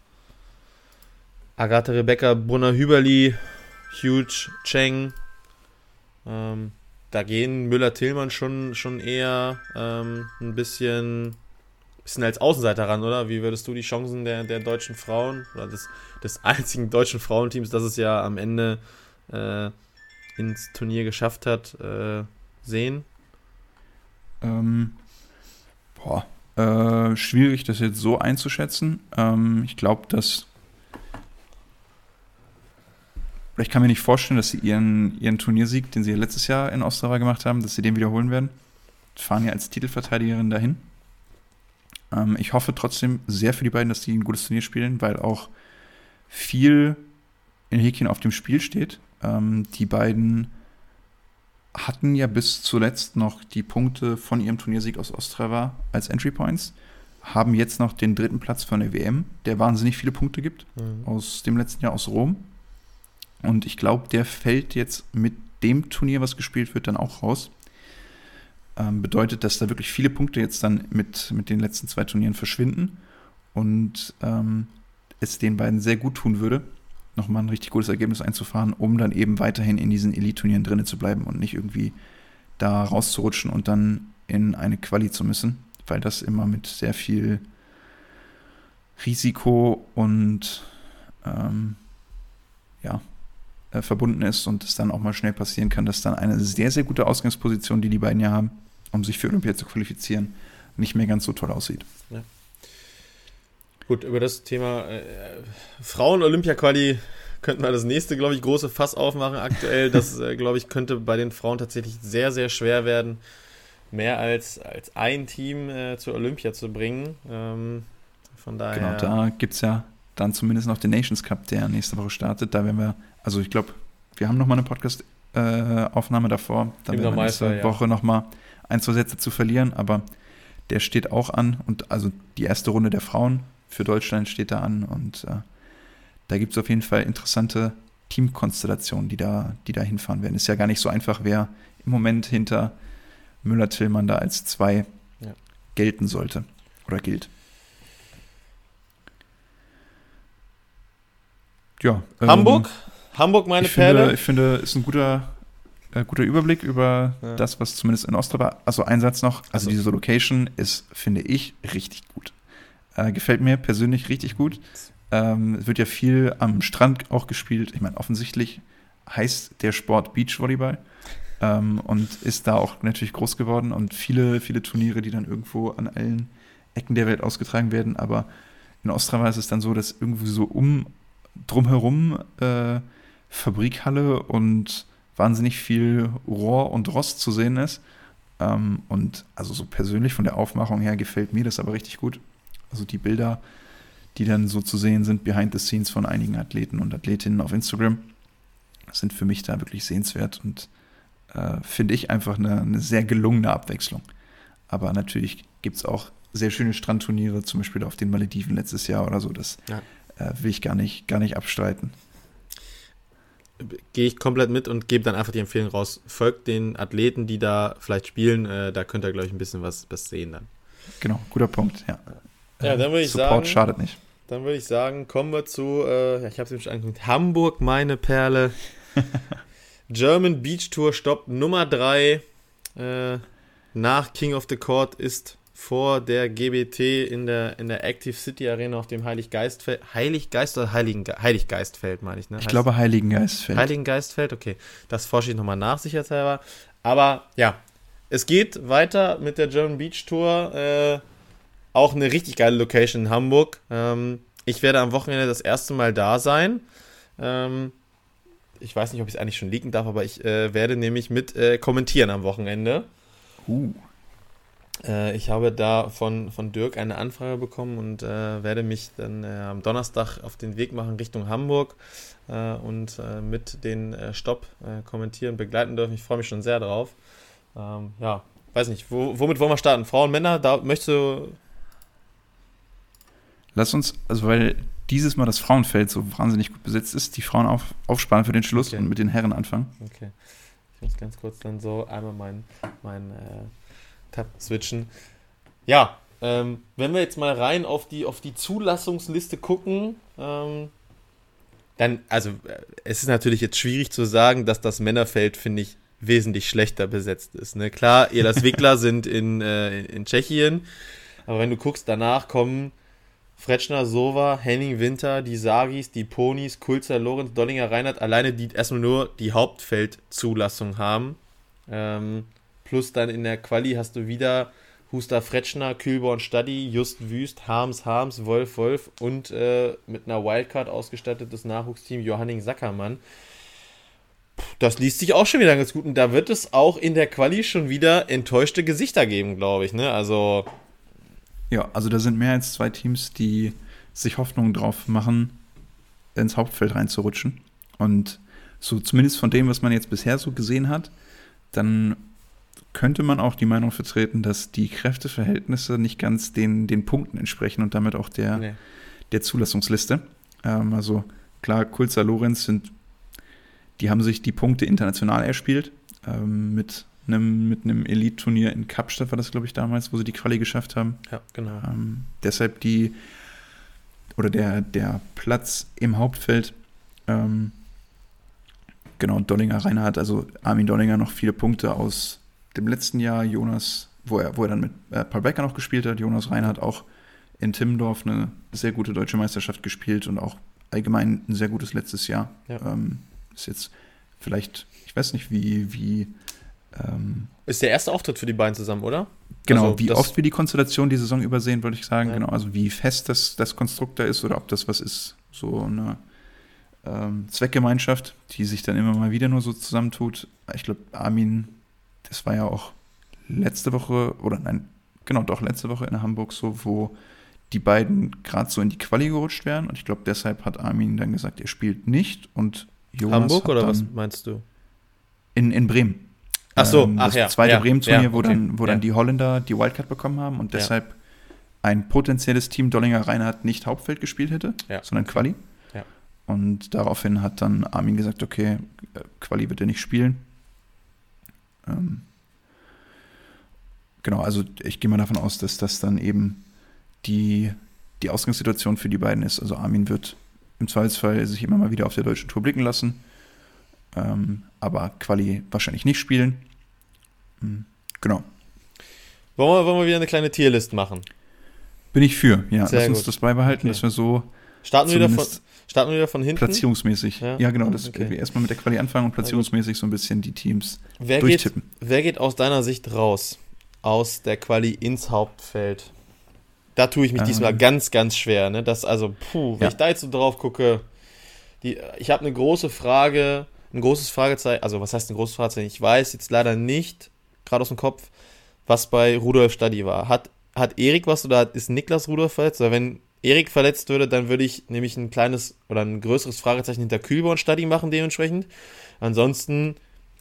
Agathe Rebecca Brunner-Hüberli, Huge Cheng, ähm, da gehen Müller-Tillmann schon, schon eher ähm, ein bisschen... bisschen als Außenseiter ran, oder? Wie würdest du die Chancen der, der deutschen Frauen oder des, des einzigen deutschen Frauenteams, das es ja am Ende äh, ins Turnier geschafft hat, äh, sehen? Ähm, boah, äh, schwierig, das jetzt so einzuschätzen. Ähm, ich glaube, dass ich kann mir nicht vorstellen, dass sie ihren, ihren Turniersieg, den sie ja letztes Jahr in Ostrava gemacht haben, dass sie den wiederholen werden. Fahren ja als Titelverteidigerin dahin. Ich hoffe trotzdem sehr für die beiden, dass die ein gutes Turnier spielen, weil auch viel in Häkchen auf dem Spiel steht. Ähm, die beiden hatten ja bis zuletzt noch die Punkte von ihrem Turniersieg aus Ostrava als Entry Points, haben jetzt noch den dritten Platz von der W M, der wahnsinnig viele Punkte gibt, mhm. aus dem letzten Jahr aus Rom. Und ich glaube, der fällt jetzt mit dem Turnier, was gespielt wird, dann auch raus. Bedeutet, dass da wirklich viele Punkte jetzt dann mit, mit den letzten zwei Turnieren verschwinden und ähm, es den beiden sehr gut tun würde, nochmal ein richtig gutes Ergebnis einzufahren, um dann eben weiterhin in diesen Elite-Turnieren drin zu bleiben und nicht irgendwie da rauszurutschen und dann in eine Quali zu müssen, weil das immer mit sehr viel Risiko und ähm, ja, äh, verbunden ist und es dann auch mal schnell passieren kann, dass dann eine sehr, sehr gute Ausgangsposition, die die beiden ja haben, um sich für Olympia zu qualifizieren, nicht mehr ganz so toll aussieht. Ja. Gut, über das Thema äh, Frauen-Olympia-Quali könnten wir das nächste, glaube ich, große Fass aufmachen aktuell. Das, äh, glaube ich, könnte bei den Frauen tatsächlich sehr, sehr schwer werden, mehr als, als ein Team äh, zur Olympia zu bringen. Ähm, von daher... Genau, da gibt es ja dann zumindest noch den Nations Cup, der nächste Woche startet. Da werden wir, also ich glaube, wir haben nochmal eine Podcast-Aufnahme äh, davor. Dann werden wir nächste ja. Woche nochmal ein, zwei Sätze zu verlieren, aber der steht auch an und also die erste Runde der Frauen für Deutschland steht da an und äh, da gibt es auf jeden Fall interessante Teamkonstellationen, die da, die da hinfahren werden. Ist ja gar nicht so einfach, wer im Moment hinter Müller-Tillmann da als zwei ja. gelten sollte oder gilt. Ja, Hamburg? Ähm, Hamburg, meine ich Perle? Finde, ich finde, ist ein guter Äh, guter Überblick über ja. das, was zumindest in Ostrava, also ein Satz noch, also, also diese Location ist, finde ich, richtig gut. Äh, gefällt mir persönlich richtig gut. Ähm, es wird ja viel am Strand auch gespielt. Ich meine, offensichtlich heißt der Sport Beachvolleyball ähm, und ist da auch natürlich groß geworden und viele, viele Turniere, die dann irgendwo an allen Ecken der Welt ausgetragen werden, aber in Ostrava ist es dann so, dass irgendwie so um drumherum äh, Fabrikhalle und wahnsinnig viel Rohr und Rost zu sehen ist. Ähm, und also so persönlich von der Aufmachung her gefällt mir das aber richtig gut. Also die Bilder, die dann so zu sehen sind, behind the scenes von einigen Athleten und Athletinnen auf Instagram, sind für mich da wirklich sehenswert und äh, finde ich einfach eine, eine sehr gelungene Abwechslung. Aber natürlich gibt es auch sehr schöne Strandturniere, zum Beispiel auf den Malediven letztes Jahr oder so. Das ja. äh, will ich gar nicht, gar nicht abstreiten. Gehe ich komplett mit und gebe dann einfach die Empfehlung raus. Folgt den Athleten, die da vielleicht spielen. Äh, da könnt ihr, glaube ich, ein bisschen was, was sehen dann. Genau, guter Punkt, ja. Ja, dann würde ich Support sagen, schadet nicht. Dann würde ich sagen, kommen wir zu, äh, ich habe es mir schon angeguckt, Hamburg, meine Perle. German Beach Tour Stopp Nummer drei äh, nach King of the Court ist vor der G B T in der, in der Active City Arena auf dem Heiliggeistfeld. Heiliggeist oder Heiligen, Heiliggeistfeld, meine ich, ne? Ich heißt glaube Heiligengeistfeld. Heiligengeistfeld, okay. Das forsche ich nochmal nach, sicherheitshalber. Aber ja, es geht weiter mit der German Beach Tour. Äh, auch eine richtig geile Location in Hamburg. Ähm, ich werde am Wochenende das erste Mal da sein. Ähm, ich weiß nicht, ob ich es eigentlich schon leaken darf, aber ich äh, werde nämlich mit äh, kommentieren am Wochenende. Uh. Äh, ich habe da von, von Dirk eine Anfrage bekommen und äh, werde mich dann äh, am Donnerstag auf den Weg machen Richtung Hamburg äh, und äh, mit den äh, Stopp äh, kommentieren, begleiten dürfen. Ich freue mich schon sehr drauf. Ähm, ja, weiß nicht, wo, womit wollen wir starten? Frauen, Männer? Da möchtest du... Lass uns, also weil dieses Mal das Frauenfeld so wahnsinnig gut besetzt ist, die Frauen auf, aufsparen für den Schluss okay. und mit den Herren anfangen. Okay. Ich muss ganz kurz dann so einmal meinen mein, äh, Tab switchen. Ja, ähm, wenn wir jetzt mal rein auf die, auf die Zulassungsliste gucken, ähm, dann, also äh, es ist natürlich jetzt schwierig zu sagen, dass das Männerfeld, finde ich, wesentlich schlechter besetzt ist. Ne? Klar, Elas Wickler sind in, äh, in Tschechien, aber wenn du guckst, danach kommen Fretschner, Sova, Henning Winter, die Sagis, die Ponys, Kulzer, Lorenz, Dollinger, Reinhardt, alleine die erstmal nur die Hauptfeldzulassung haben. Ähm, plus dann in der Quali hast du wieder Huster, Fretschner, Kühlborn, Stadi, Just Wüst, Harms, Harms, Wolf, Wolf und äh, mit einer Wildcard ausgestattetes Nachwuchsteam Johanning Sackermann. Das liest sich auch schon wieder ganz gut und da wird es auch in der Quali schon wieder enttäuschte Gesichter geben, glaube ich. Ne? Also Ja, also da sind mehr als zwei Teams, die sich Hoffnung drauf machen, ins Hauptfeld reinzurutschen. Und so zumindest von dem, was man jetzt bisher so gesehen hat, dann könnte man auch die Meinung vertreten, dass die Kräfteverhältnisse nicht ganz den, den Punkten entsprechen und damit auch der, nee. der Zulassungsliste. Ähm, also klar, Kulzer, Lorenz sind, die haben sich die Punkte international erspielt, ähm, mit einem, mit einem Elite-Turnier in Kapstadt war das, glaube ich, damals, wo sie die Quali geschafft haben. Ja, genau. Ähm, deshalb die, oder der, der Platz im Hauptfeld, ähm, genau, Dollinger, Reinhardt, also Armin Dollinger noch viele Punkte aus dem letzten Jahr, Jonas, wo er, wo er dann mit äh, Paul Becker noch gespielt hat, Jonas Reinhardt auch in Timmendorf eine sehr gute deutsche Meisterschaft gespielt und auch allgemein ein sehr gutes letztes Jahr. Ja. Ähm, ist jetzt vielleicht, ich weiß nicht, wie, wie ähm, ist der erste Auftritt für die beiden zusammen, oder? Genau, also, wie oft wir die Konstellation die Saison übersehen, würde ich sagen. Ja. Genau, also wie fest das, das Konstrukt da ist oder ob das was ist, so eine ähm, Zweckgemeinschaft, die sich dann immer mal wieder nur so zusammentut. Ich glaube, Armin, das war ja auch letzte Woche, oder nein, genau, doch letzte Woche in Hamburg so, wo die beiden gerade so in die Quali gerutscht wären. Und ich glaube, deshalb hat Armin dann gesagt, er spielt nicht. Und Jonas Hamburg hat oder dann was meinst du? In, in Bremen. Ach so, ähm, ach das ja. zweite ja, Bremen-Turnier, ja, wo, okay. dann, wo ja. dann die Holländer die Wildcard bekommen haben und deshalb ja. ein potenzielles Team Dollinger Reinhardt nicht Hauptfeld gespielt hätte, ja. sondern Quali. Ja. Und daraufhin hat dann Armin gesagt, okay, Quali wird er nicht spielen. Ähm, genau, also ich gehe mal davon aus, dass das dann eben die, die Ausgangssituation für die beiden ist. Also Armin wird im Zweifelsfall sich immer mal wieder auf der deutschen Tour blicken lassen, ähm, aber Quali wahrscheinlich nicht spielen. Mhm. Genau. Wollen wir, wollen wir wieder eine kleine Tierlist machen? Bin ich für, ja. Sehr Lass uns gut. das beibehalten, Okay. dass wir so Starten wir, wieder von, starten wir wieder von hinten? platzierungsmäßig. Ja, Ja, genau, das okay. wir erstmal mit der Quali anfangen und platzierungsmäßig so ein bisschen die Teams wer durchtippen. Geht, wer geht aus deiner Sicht raus aus der Quali ins Hauptfeld? Da tue ich mich Ähm. diesmal ganz, ganz schwer. Ne? Das, also, puh, wenn Ja. ich da jetzt so drauf gucke, Die, ich habe eine große Frage, ein großes Fragezeichen, also was heißt ein großes Fragezeichen? Ich weiß jetzt leider nicht, gerade aus dem Kopf, was bei Rudolf Staddy war. Hat, hat Erik was oder ist Niklas Rudolf verletzt? Oder wenn Erik verletzt würde, dann würde ich nämlich ein kleines oder ein größeres Fragezeichen hinter Kühlborn Staddy machen dementsprechend. Ansonsten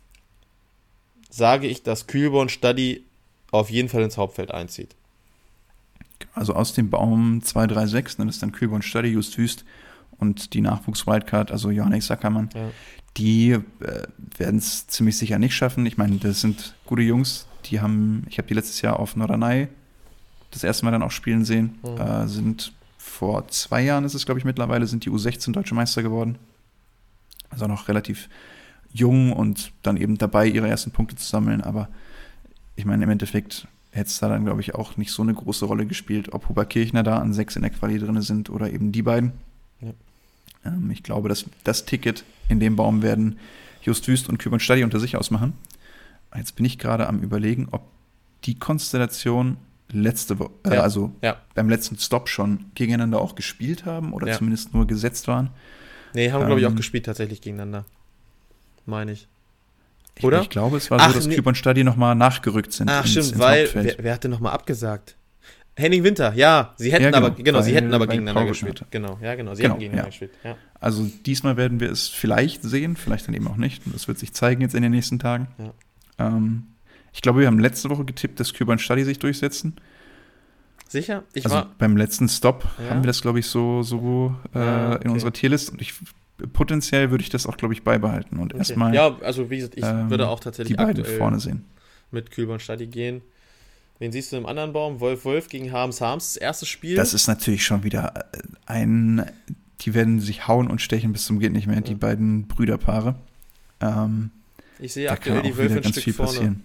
sage ich, dass Kühlborn Staddy auf jeden Fall ins Hauptfeld einzieht. Also aus dem Baum zwei drei sechs, dann ist dann Kühlborn Staddy, Just Wüst und die Nachwuchs-Wildcard, also Johannes Sackermann, ja. die äh, werden es ziemlich sicher nicht schaffen. Ich meine, das sind gute Jungs, die haben, ich habe die letztes Jahr auf Norderney das erste Mal dann auch spielen sehen, mhm. äh, sind vor zwei Jahren ist es, glaube ich, mittlerweile, sind die U sechzehn Deutsche Meister geworden. Also noch relativ jung und dann eben dabei, ihre ersten Punkte zu sammeln. Aber ich meine, im Endeffekt hätte es da dann, glaube ich, auch nicht so eine große Rolle gespielt, ob Huber-Kirchner da an sechs in der Quali drin sind oder eben die beiden. Ja. Ähm, ich glaube, dass das Ticket in dem Baum werden Just Wüst und Kühlborn Staddy unter sich ausmachen. Jetzt bin ich gerade am Überlegen, ob die Konstellation letzte Woche, äh, ja. also ja. beim letzten Stop schon gegeneinander auch gespielt haben oder ja. zumindest nur gesetzt waren. Nee, haben, ähm, glaube ich, auch gespielt tatsächlich gegeneinander. Meine ich. Oder? Ich, ich glaube, es war Ach, so, dass nee. Kühlborn Staddy nochmal nachgerückt sind. Ach, ins, stimmt, ins weil, wer, wer hatte nochmal abgesagt? Henning Winter, ja, sie hätten ja, genau, aber, genau, weil, sie hätten aber gegeneinander gespielt. Hatte. Genau, ja, genau, sie genau, hätten gegeneinander ja. gespielt. Ja. Also diesmal werden wir es vielleicht sehen, vielleicht dann eben auch nicht. Das wird sich zeigen jetzt in den nächsten Tagen. Ja. Ähm, ich glaube, wir haben letzte Woche getippt, dass Kühlborn Staddy sich durchsetzen. Sicher? Ich also war beim letzten Stop ja. haben wir das, glaube ich, so, so äh, ja, okay. in unserer Tierlist. Und ich, potenziell würde ich das auch, glaube ich, beibehalten. Und okay. erstmal ja, also wie gesagt, ich ähm, würde auch tatsächlich die beiden vorne sehen. Mit Kühlborn Staddy gehen. Wen siehst du im anderen Baum? Wolf Wolf gegen Harms Harms, das erste Spiel. Das ist natürlich schon wieder ein, die werden sich hauen und stechen bis zum geht nicht mehr, ja. die beiden Brüderpaare. Ähm, ich sehe aktuell die Wölfe ein Stück viel vorne. Passieren.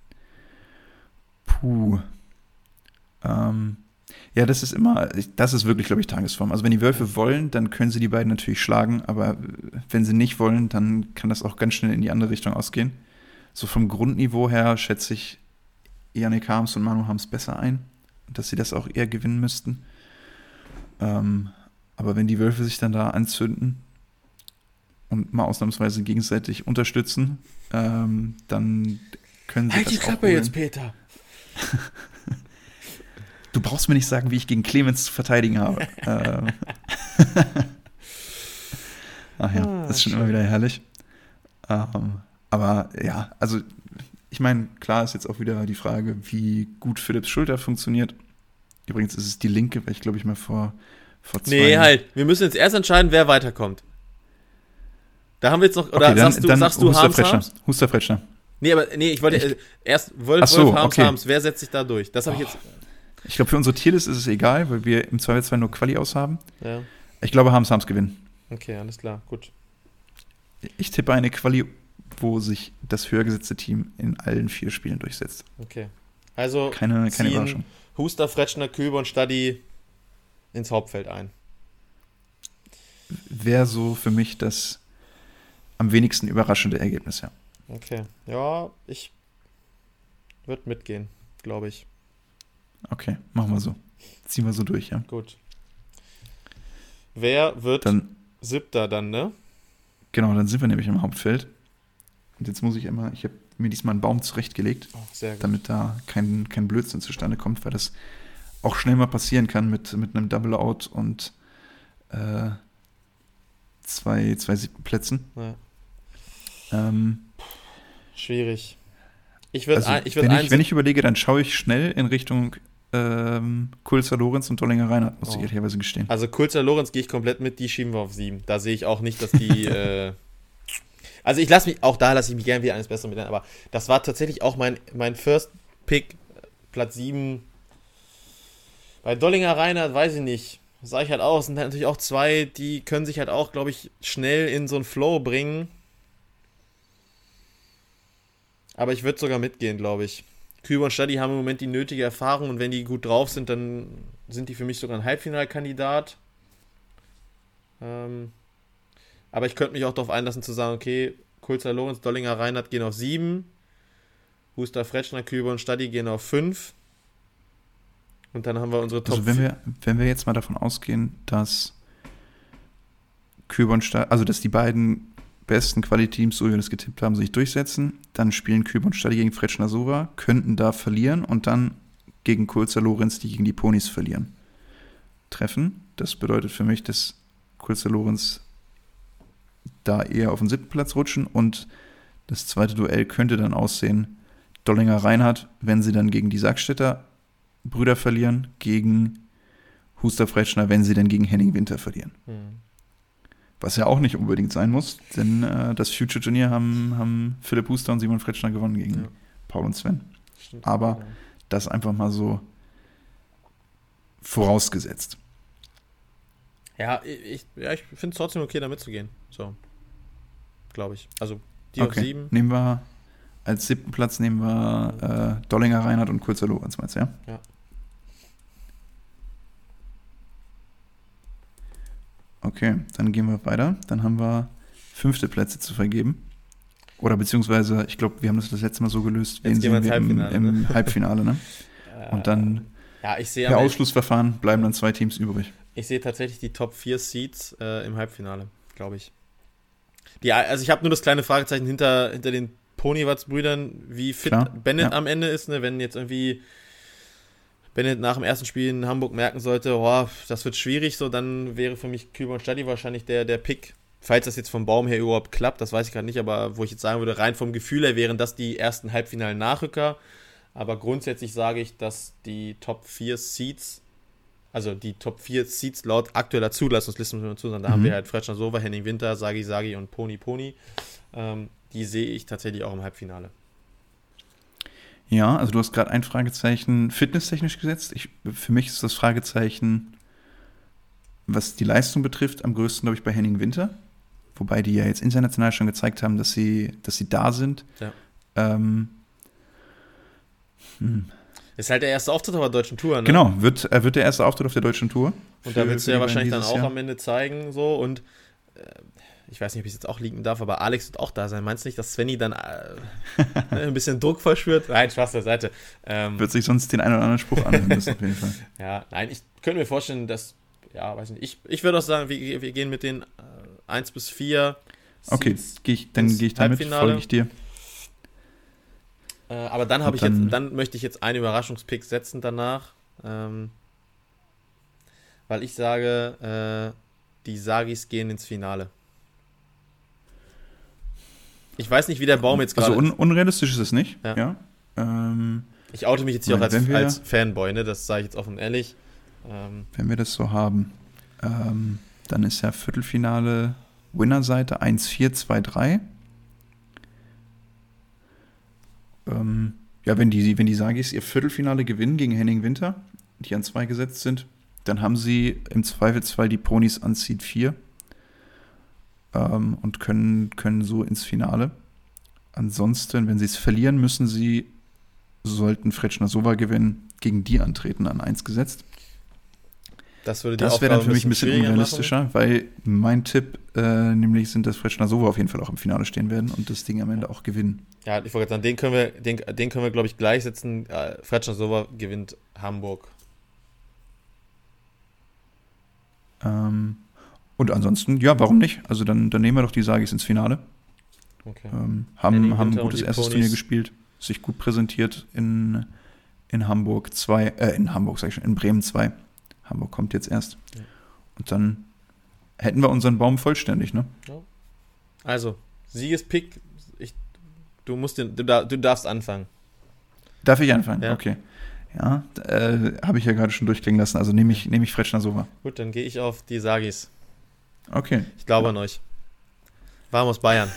Puh. Ähm, ja, das ist immer, das ist wirklich, glaube ich, Tagesform. Also wenn die Wölfe wollen, dann können sie die beiden natürlich schlagen, aber wenn sie nicht wollen, dann kann das auch ganz schnell in die andere Richtung ausgehen. So vom Grundniveau her schätze ich Yannick Harms und Manu Harms besser ein, dass sie das auch eher gewinnen müssten. Ähm, aber wenn die Wölfe sich dann da anzünden und mal ausnahmsweise gegenseitig unterstützen, ähm, dann können sie halt das die auch Klappe holen. jetzt, Peter. Du brauchst mir nicht sagen, wie ich gegen Clemens zu verteidigen habe. ähm. Ach ja, ah, das ist schon schön. Immer wieder herrlich. Ähm, aber ja, also ich meine, klar ist jetzt auch wieder die Frage, wie gut Philipps Schulter funktioniert. Übrigens ist es die linke, weil ich glaube ich mal vor, vor zwei... Nee, halt. Wir müssen jetzt erst entscheiden, wer weiterkommt. Da haben wir jetzt noch... Oder okay, dann, sagst du, dann sagst du Huster Harms, Fretschner. Harms? Huster Fretschner. Nee, aber nee, ich wollte äh, erst Wolf, so, Wolf, Harms, okay. Harms. Wer setzt sich da durch? Das habe ich jetzt... Ich glaube, für unsere Tierlist ist es egal, weil wir im Zweifelsfall nur Quali aushaben. Ja. Ich glaube, Harms Harms gewinnen. Okay, alles klar, gut. Ich tippe eine Quali, wo sich das höher gesetzte Team in allen vier Spielen durchsetzt. Okay. Also keine, keine Überraschung. Huster, Fretschner, Kühlborn Staddy ins Hauptfeld ein. Wäre so für mich das am wenigsten überraschende Ergebnis, ja. Okay. Ja, ich würde mitgehen, glaube ich. Okay, machen wir so. Ziehen wir so durch, ja. Gut. Wer wird dann, Siebter dann, ne? Genau, dann sind wir nämlich im Hauptfeld. Und jetzt muss ich immer, ich habe mir diesmal einen Baum zurechtgelegt, oh, sehr gut. damit da kein, kein Blödsinn zustande kommt, weil das auch schnell mal passieren kann mit, mit einem Double Out und äh, zwei, zwei siebten Plätzen. Ja. Ähm, Schwierig. Ich würde also, ein, ich würd wenn, ich, wenn ich überlege, dann schaue ich schnell in Richtung ähm, Kulzer Lorenz und Dollinger Reinhardt, muss oh. ich ehrlicherweise gestehen. Also Kulzer Lorenz gehe ich komplett mit, die schieben wir auf sieben. Da sehe ich auch nicht, dass die äh, also ich lasse mich, auch da lasse ich mich gerne wieder eines Besseren mit, aber das war tatsächlich auch mein, mein First Pick, Platz sieben. Bei Dollinger Reinhardt, weiß ich nicht, sage ich halt auch, sind halt natürlich auch zwei, die können sich halt auch, glaube ich, schnell in so einen Flow bringen. Aber ich würde sogar mitgehen, glaube ich. Kühlborn Staddy haben im Moment die nötige Erfahrung und wenn die gut drauf sind, dann sind die für mich sogar ein Halbfinalkandidat. Ähm, aber ich könnte mich auch darauf einlassen zu sagen, okay, Kulzer Lorenz, Dollinger Reinhardt gehen auf sieben, Huster Fretschner, Kühlborn Staddy gehen auf fünf. Und dann haben wir unsere Top Also wenn wir, wenn wir jetzt mal davon ausgehen, dass Köber und Stade, also dass die beiden besten Quali-Teams, so wie wir das getippt haben, sich durchsetzen. Dann spielen Köber und Stade gegen Fretschner Sova, könnten da verlieren und dann gegen Kulzer Lorenz, die gegen die Ponys verlieren. Treffen. Das bedeutet für mich, dass Kulzer Lorenz da eher auf den siebten Platz rutschen und das zweite Duell könnte dann aussehen, Dollinger Reinhardt, wenn sie dann gegen die Sackstädter Brüder verlieren, gegen Huster Fretschner, wenn sie dann gegen Henning Winter verlieren. Mhm. Was ja auch nicht unbedingt sein muss, denn äh, das Future-Turnier haben, haben Philipp Huster und Simon Fretschner gewonnen gegen ja. Paul und Sven. Stimmt. Aber ja. das einfach mal so vorausgesetzt. Ja, ich, ja, ich finde es trotzdem okay, da mitzugehen. So, glaube ich. Also die okay. auf sieben. Nehmen wir als siebten Platz nehmen wir äh, Dollinger Reinhardt und Kulzer Lorenz, meinst du, ja? Ja. Okay, dann gehen wir weiter. Dann haben wir fünfte Plätze zu vergeben. Oder beziehungsweise, ich glaube, wir haben das das letzte Mal so gelöst, wen sehen wir im, im ne? Halbfinale, ne? Und dann ja, ich sehe per Ausschlussverfahren bleiben dann zwei Teams übrig. Ich sehe tatsächlich die Top vier Seeds äh, im Halbfinale, glaube ich. Die, also ich habe nur das kleine Fragezeichen hinter, hinter den Ponywatz-Brüdern, wie fit Klar, Bennett ja. am Ende ist, ne? Wenn jetzt irgendwie Bennett nach dem ersten Spiel in Hamburg merken sollte, oh, das wird schwierig, so dann wäre für mich Köber und Stadi wahrscheinlich der, der Pick, falls das jetzt vom Baum her überhaupt klappt, das weiß ich gerade nicht, aber wo ich jetzt sagen würde, rein vom Gefühl her wären das die ersten halbfinalen Nachrücker, aber grundsätzlich sage ich, dass die Top vier Seeds, also die Top vier Seeds laut aktueller Zulassungsliste, müssen wir zu sagen, da mhm. haben wir halt Fretschner Sova, Henning Winter, Sagi Sagi und Pony Pony, ähm, die sehe ich tatsächlich auch im Halbfinale. Ja, also du hast gerade ein Fragezeichen fitnesstechnisch gesetzt. Ich, für mich ist das Fragezeichen, was die Leistung betrifft, am größten, glaube ich, bei Henning Winter. Wobei die ja jetzt international schon gezeigt haben, dass sie, dass sie da sind. Ja. Ähm, hm. Ist halt der erste Auftritt auf der deutschen Tour, ne? Genau, wird, er wird der erste Auftritt auf der deutschen Tour. Und da willst du ja wahrscheinlich dann auch Jahr. am Ende zeigen, so, und äh, ich weiß nicht, ob ich es jetzt auch liegen darf, aber Alex wird auch da sein. Meinst du nicht, dass Svenny dann äh, ein bisschen Druck verspürt? Nein, Spaß beiseite. Ähm, wird sich sonst den einen oder anderen Spruch anhören müssen, auf jeden Fall. Ja, nein, ich könnte mir vorstellen, dass, ja, weiß nicht, ich, ich würde auch sagen, wir, wir gehen mit den äh, eins bis vier. Okay, geh ich, dann gehe ich damit, folge ich dir. Äh, aber dann habe ich jetzt, dann möchte ich jetzt einen Überraschungspick setzen danach, ähm, weil ich sage, äh, die Sagis gehen ins Finale. Ich weiß nicht, wie der Baum jetzt gerade Also un- unrealistisch ist es nicht. Ja. ja. Ähm, ich oute mich jetzt hier auch als, wir, als Fanboy, ne? Das sage ich jetzt offen und ehrlich. Ähm, wenn wir das so haben, ähm, dann ist ja Viertelfinale Winnerseite eins vier zwei drei. Ähm, ja, wenn die, wenn die Sagis ihr Viertelfinale gewinnen gegen Henning Winter, die an zwei gesetzt sind, dann haben sie im Zweifelsfall die Ponys an Seed vier. Ähm, und können, können so ins Finale. Ansonsten, wenn sie es verlieren, müssen sie, sollten Fretschner Sova gewinnen, gegen die antreten, an eins gesetzt. Das würde die Das wäre dann für mich ein bisschen unrealistischer, machen. Weil mein Tipp äh, nämlich sind, dass Fretschner Sova auf jeden Fall auch im Finale stehen werden und das Ding am Ende auch gewinnen. Ja, ich wollte sagen, den können wir, den, den können wir, glaube ich, gleichsetzen. Äh, Fretschner Sova gewinnt Hamburg. Ähm, Und ansonsten, ja, warum nicht? Also dann, dann nehmen wir doch die Sagis ins Finale. Okay. Ähm, haben haben ein gutes erstes Ponys. Turnier gespielt, sich gut präsentiert in, in Hamburg zwei, äh, in Hamburg sag ich schon, in Bremen zwei. Hamburg kommt jetzt erst. Ja. Und dann hätten wir unseren Baum vollständig, ne? Ja. Also, Siegespick, ich, du musst den, du, du darfst anfangen. Darf ich anfangen? Ja. Okay. Ja, äh, habe ich ja gerade schon durchklingen lassen, also nehme ich, nehm ich Fretschner Sova. Gut, dann gehe ich auf die Sagis. Okay. Ich glaube ja. an euch. Vamos Bayern.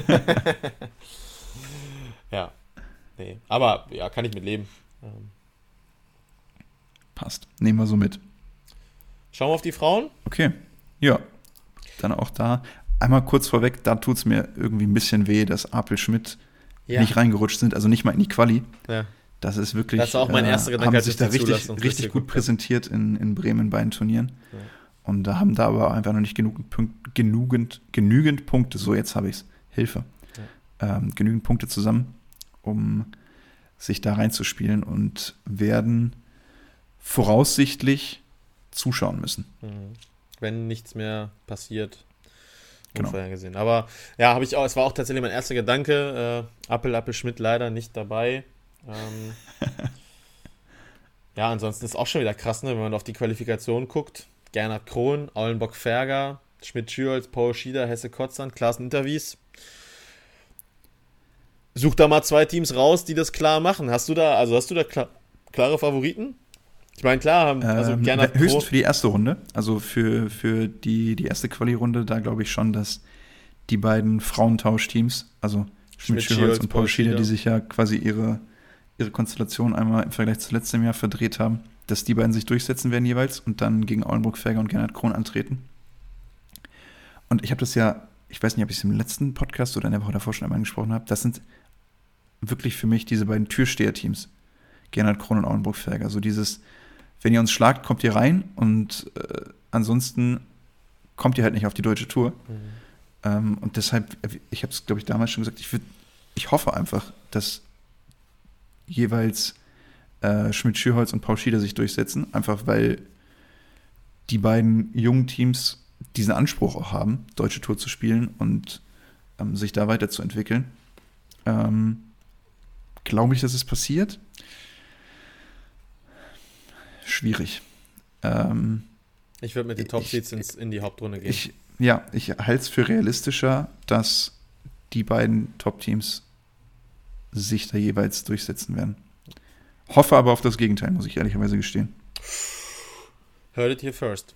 Ja. Nee. Aber ja, kann ich mit leben. Ähm. Passt. Nehmen wir so mit. Schauen wir auf die Frauen? Okay. Ja. Dann auch da. Einmal kurz vorweg, da tut es mir irgendwie ein bisschen weh, dass Apel Schmidt ja. nicht reingerutscht sind, also nicht mal in die Quali. Ja. Das ist wirklich. Das ist auch mein erster äh, Gedanke, haben sich da richtig, richtig gut präsentiert in, in Bremen bei den Turnieren. Ja. Und da haben da aber einfach noch nicht genug, genügend, genügend Punkte, so jetzt habe ich es, Hilfe, ja. ähm, genügend Punkte zusammen, um sich da reinzuspielen und werden voraussichtlich zuschauen müssen. Mhm. Wenn nichts mehr passiert. Genau. Vorher gesehen. Aber ja, habe ich auch, es war auch tatsächlich mein erster Gedanke. Äh, Appel, Appel, Schmidt leider nicht dabei. Ähm, ja, ansonsten ist auch schon wieder krass, ne? Wenn man auf die Qualifikation guckt. Gernot Krohn, Aulenbock-Ferger, Schmidt-Schürholz, Paul Schieder, Hesse-Kotzand, Klaassen Interwies. Such da mal zwei Teams raus, die das klar machen. Hast du da, also hast du da klar, klare Favoriten? Ich meine, klar, haben also ähm, Gernot höchstens Krohn. für die erste Runde, also für, für die, die erste Quali-Runde, da glaube ich schon, dass die beiden Frauentauschteams, also Schmidt-Schürholz und Paul Schieder, die sich ja quasi ihre, ihre Konstellation einmal im Vergleich zu letztem Jahr verdreht haben, dass die beiden sich durchsetzen werden jeweils und dann gegen Aulenburg-Ferger und Gernot Krohn antreten. Und ich habe das ja, ich weiß nicht, ob ich es im letzten Podcast oder in der Woche davor schon einmal angesprochen habe, das sind wirklich für mich diese beiden Türsteher-Teams, Gernot Krohn und Aulenburg-Ferger. So dieses, wenn ihr uns schlagt, kommt ihr rein und äh, ansonsten kommt ihr halt nicht auf die deutsche Tour. Mhm. Ähm, und deshalb, ich habe es, glaube ich, damals schon gesagt, ich, würd, ich hoffe einfach, dass jeweils äh, Schmidt-Schürholz und Paul Schieder sich durchsetzen, einfach weil die beiden jungen Teams diesen Anspruch auch haben, deutsche Tour zu spielen und ähm, sich da weiterzuentwickeln. Ähm, glaube ich, dass es passiert? Schwierig. Ähm, ich würde mit den Top-Seeds in die Hauptrunde gehen. Ich, ja, ich halte es für realistischer, dass die beiden Top-Teams sich da jeweils durchsetzen werden. Hoffe aber auf das Gegenteil, muss ich ehrlicherweise gestehen. Heard it here first.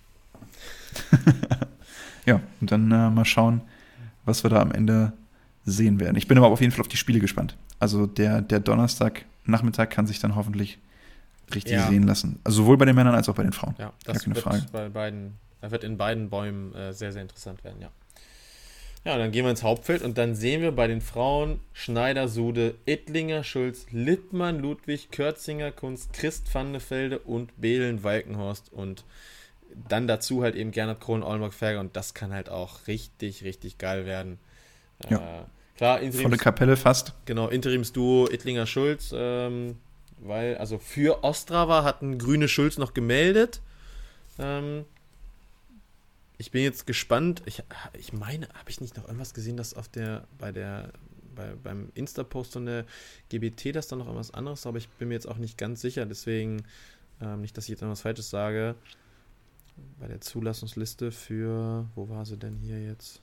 Ja, und dann äh, mal schauen, was wir da am Ende sehen werden. Ich bin aber auf jeden Fall auf die Spiele gespannt. Also der, der Donnerstag-Nachmittag kann sich dann hoffentlich richtig ja. sehen lassen. Also sowohl bei den Männern als auch bei den Frauen. Ja, das wird Frage. bei beiden, das wird in beiden Bäumen äh, sehr, sehr interessant werden, ja. Ja, und dann gehen wir ins Hauptfeld und dann sehen wir bei den Frauen Schneider, Sude, Ittlinger, Schulz, Lippmann, Ludwig, Körzinger, Kunst, Christ van de Velde und Behlen, Walkenhorst und dann dazu halt eben Gernot Krohn, Aulenburg-Ferger und das kann halt auch richtig, richtig geil werden. Ja. Äh, klar, Interims, volle Kapelle fast. Genau, Interimsduo Ittlinger, Schulz, ähm, weil, also für Ostrava hatten Grüne Schulz noch gemeldet. Ähm, ich bin jetzt gespannt. Ich, ich meine, habe ich nicht noch irgendwas gesehen, dass auf der, bei der, bei, beim Insta-Post von der G B T, dass da noch irgendwas anderes, aber ich bin mir jetzt auch nicht ganz sicher, deswegen ähm, nicht, dass ich jetzt irgendwas Falsches sage. Bei der Zulassungsliste für, wo war sie denn hier jetzt?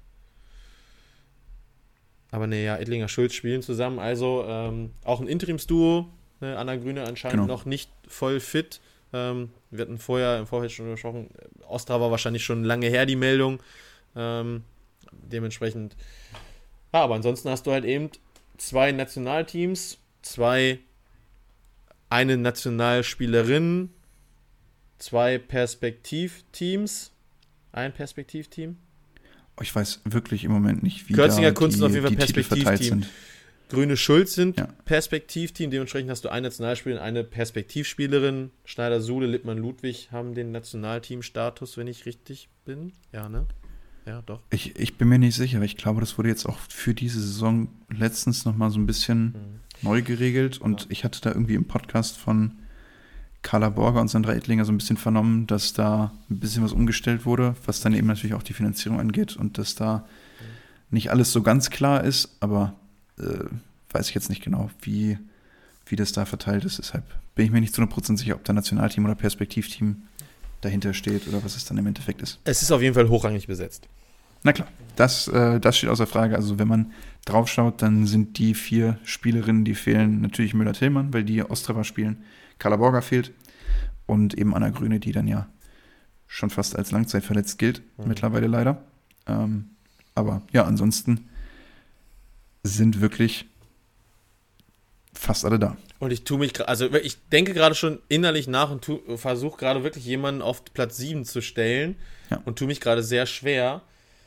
Aber ne, ja, Ittlinger Schulz spielen zusammen, also ähm, auch ein Interimsduo. Ne, Anna Grüne anscheinend genau. noch nicht voll fit. Ähm, wir hatten vorher im Vorfeld schon gesprochen, Ostra war wahrscheinlich schon lange her, die Meldung. Ähm, dementsprechend. Ja, aber ansonsten hast du halt eben zwei Nationalteams, zwei, eine Nationalspielerin, zwei Perspektivteams, ein Perspektivteam. Ich weiß wirklich im Moment nicht, wie Kürzinger da Kunst die, auf jeden Fall die Titel verteilt sind. Grüne Schulz sind ja. Perspektivteam, dementsprechend hast du ein Nationalspielerin, eine Perspektivspielerin. Schneider, Sude, Lippmann, Ludwig haben den Nationalteam-Status, wenn ich richtig bin. Ja, ne? Ja, doch. Ich, ich bin mir nicht sicher, aber ich glaube, das wurde jetzt auch für diese Saison letztens nochmal so ein bisschen mhm. neu geregelt und ja. ich hatte da irgendwie im Podcast von Carla Borger und Sandra Ittlinger so ein bisschen vernommen, dass da ein bisschen was umgestellt wurde, was dann eben natürlich auch die Finanzierung angeht und dass da mhm. nicht alles so ganz klar ist, aber Äh, weiß ich jetzt nicht genau, wie, wie das da verteilt ist. Deshalb bin ich mir nicht zu hundert Prozent sicher, ob da Nationalteam oder Perspektivteam dahinter steht oder was es dann im Endeffekt ist. Es ist auf jeden Fall hochrangig besetzt. Na klar, das, äh, das steht außer Frage. Also wenn man drauf schaut, dann sind die vier Spielerinnen, die fehlen, natürlich Müller-Tillmann, weil die Ostrava spielen. Carla Borger fehlt und eben Anna Grüne, die dann ja schon fast als langzeitverletzt gilt, mhm. mittlerweile leider. Ähm, aber ja, ansonsten sind wirklich fast alle da. Und ich tue mich, also ich denke gerade schon innerlich nach und versuche gerade wirklich jemanden auf Platz sieben zu stellen ja. und tue mich gerade sehr schwer.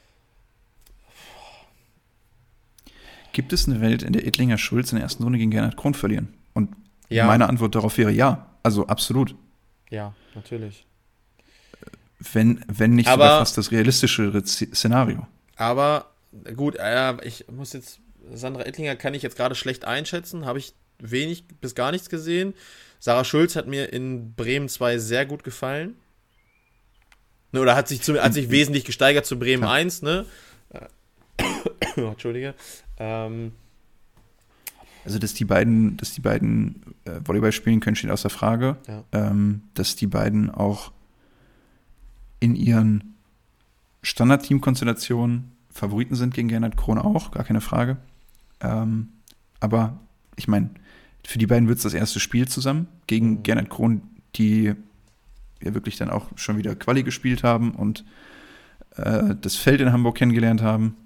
Gibt es eine Welt, in der Ittlinger Schulz in der ersten Runde gegen Gernot Krohn verlieren? Und ja. meine Antwort darauf wäre ja. Also absolut. Ja, natürlich. Wenn, wenn nicht aber, sogar fast das realistischere Szenario. Aber gut, äh, ich muss jetzt Sandra Ittlinger kann ich jetzt gerade schlecht einschätzen, habe ich wenig bis gar nichts gesehen. Sarah Schulz hat mir in Bremen zwei sehr gut gefallen. Ne, oder hat sich, zu, hat sich wesentlich gesteigert zu Bremen Klar. eins, ne? Entschuldige. Ähm, Also, dass die beiden, dass die beiden äh, Volleyball spielen können, steht außer Frage. Ja. Ähm, dass die beiden auch in ihren Standard-Team-Konstellationen Favoriten sind gegen Gernot Krohn auch, gar keine Frage. Ähm, aber ich meine, für die beiden wird es das erste Spiel zusammen gegen Mhm. Gernot Krohn, die ja wirklich dann auch schon wieder Quali gespielt haben und äh, das Feld in Hamburg kennengelernt haben.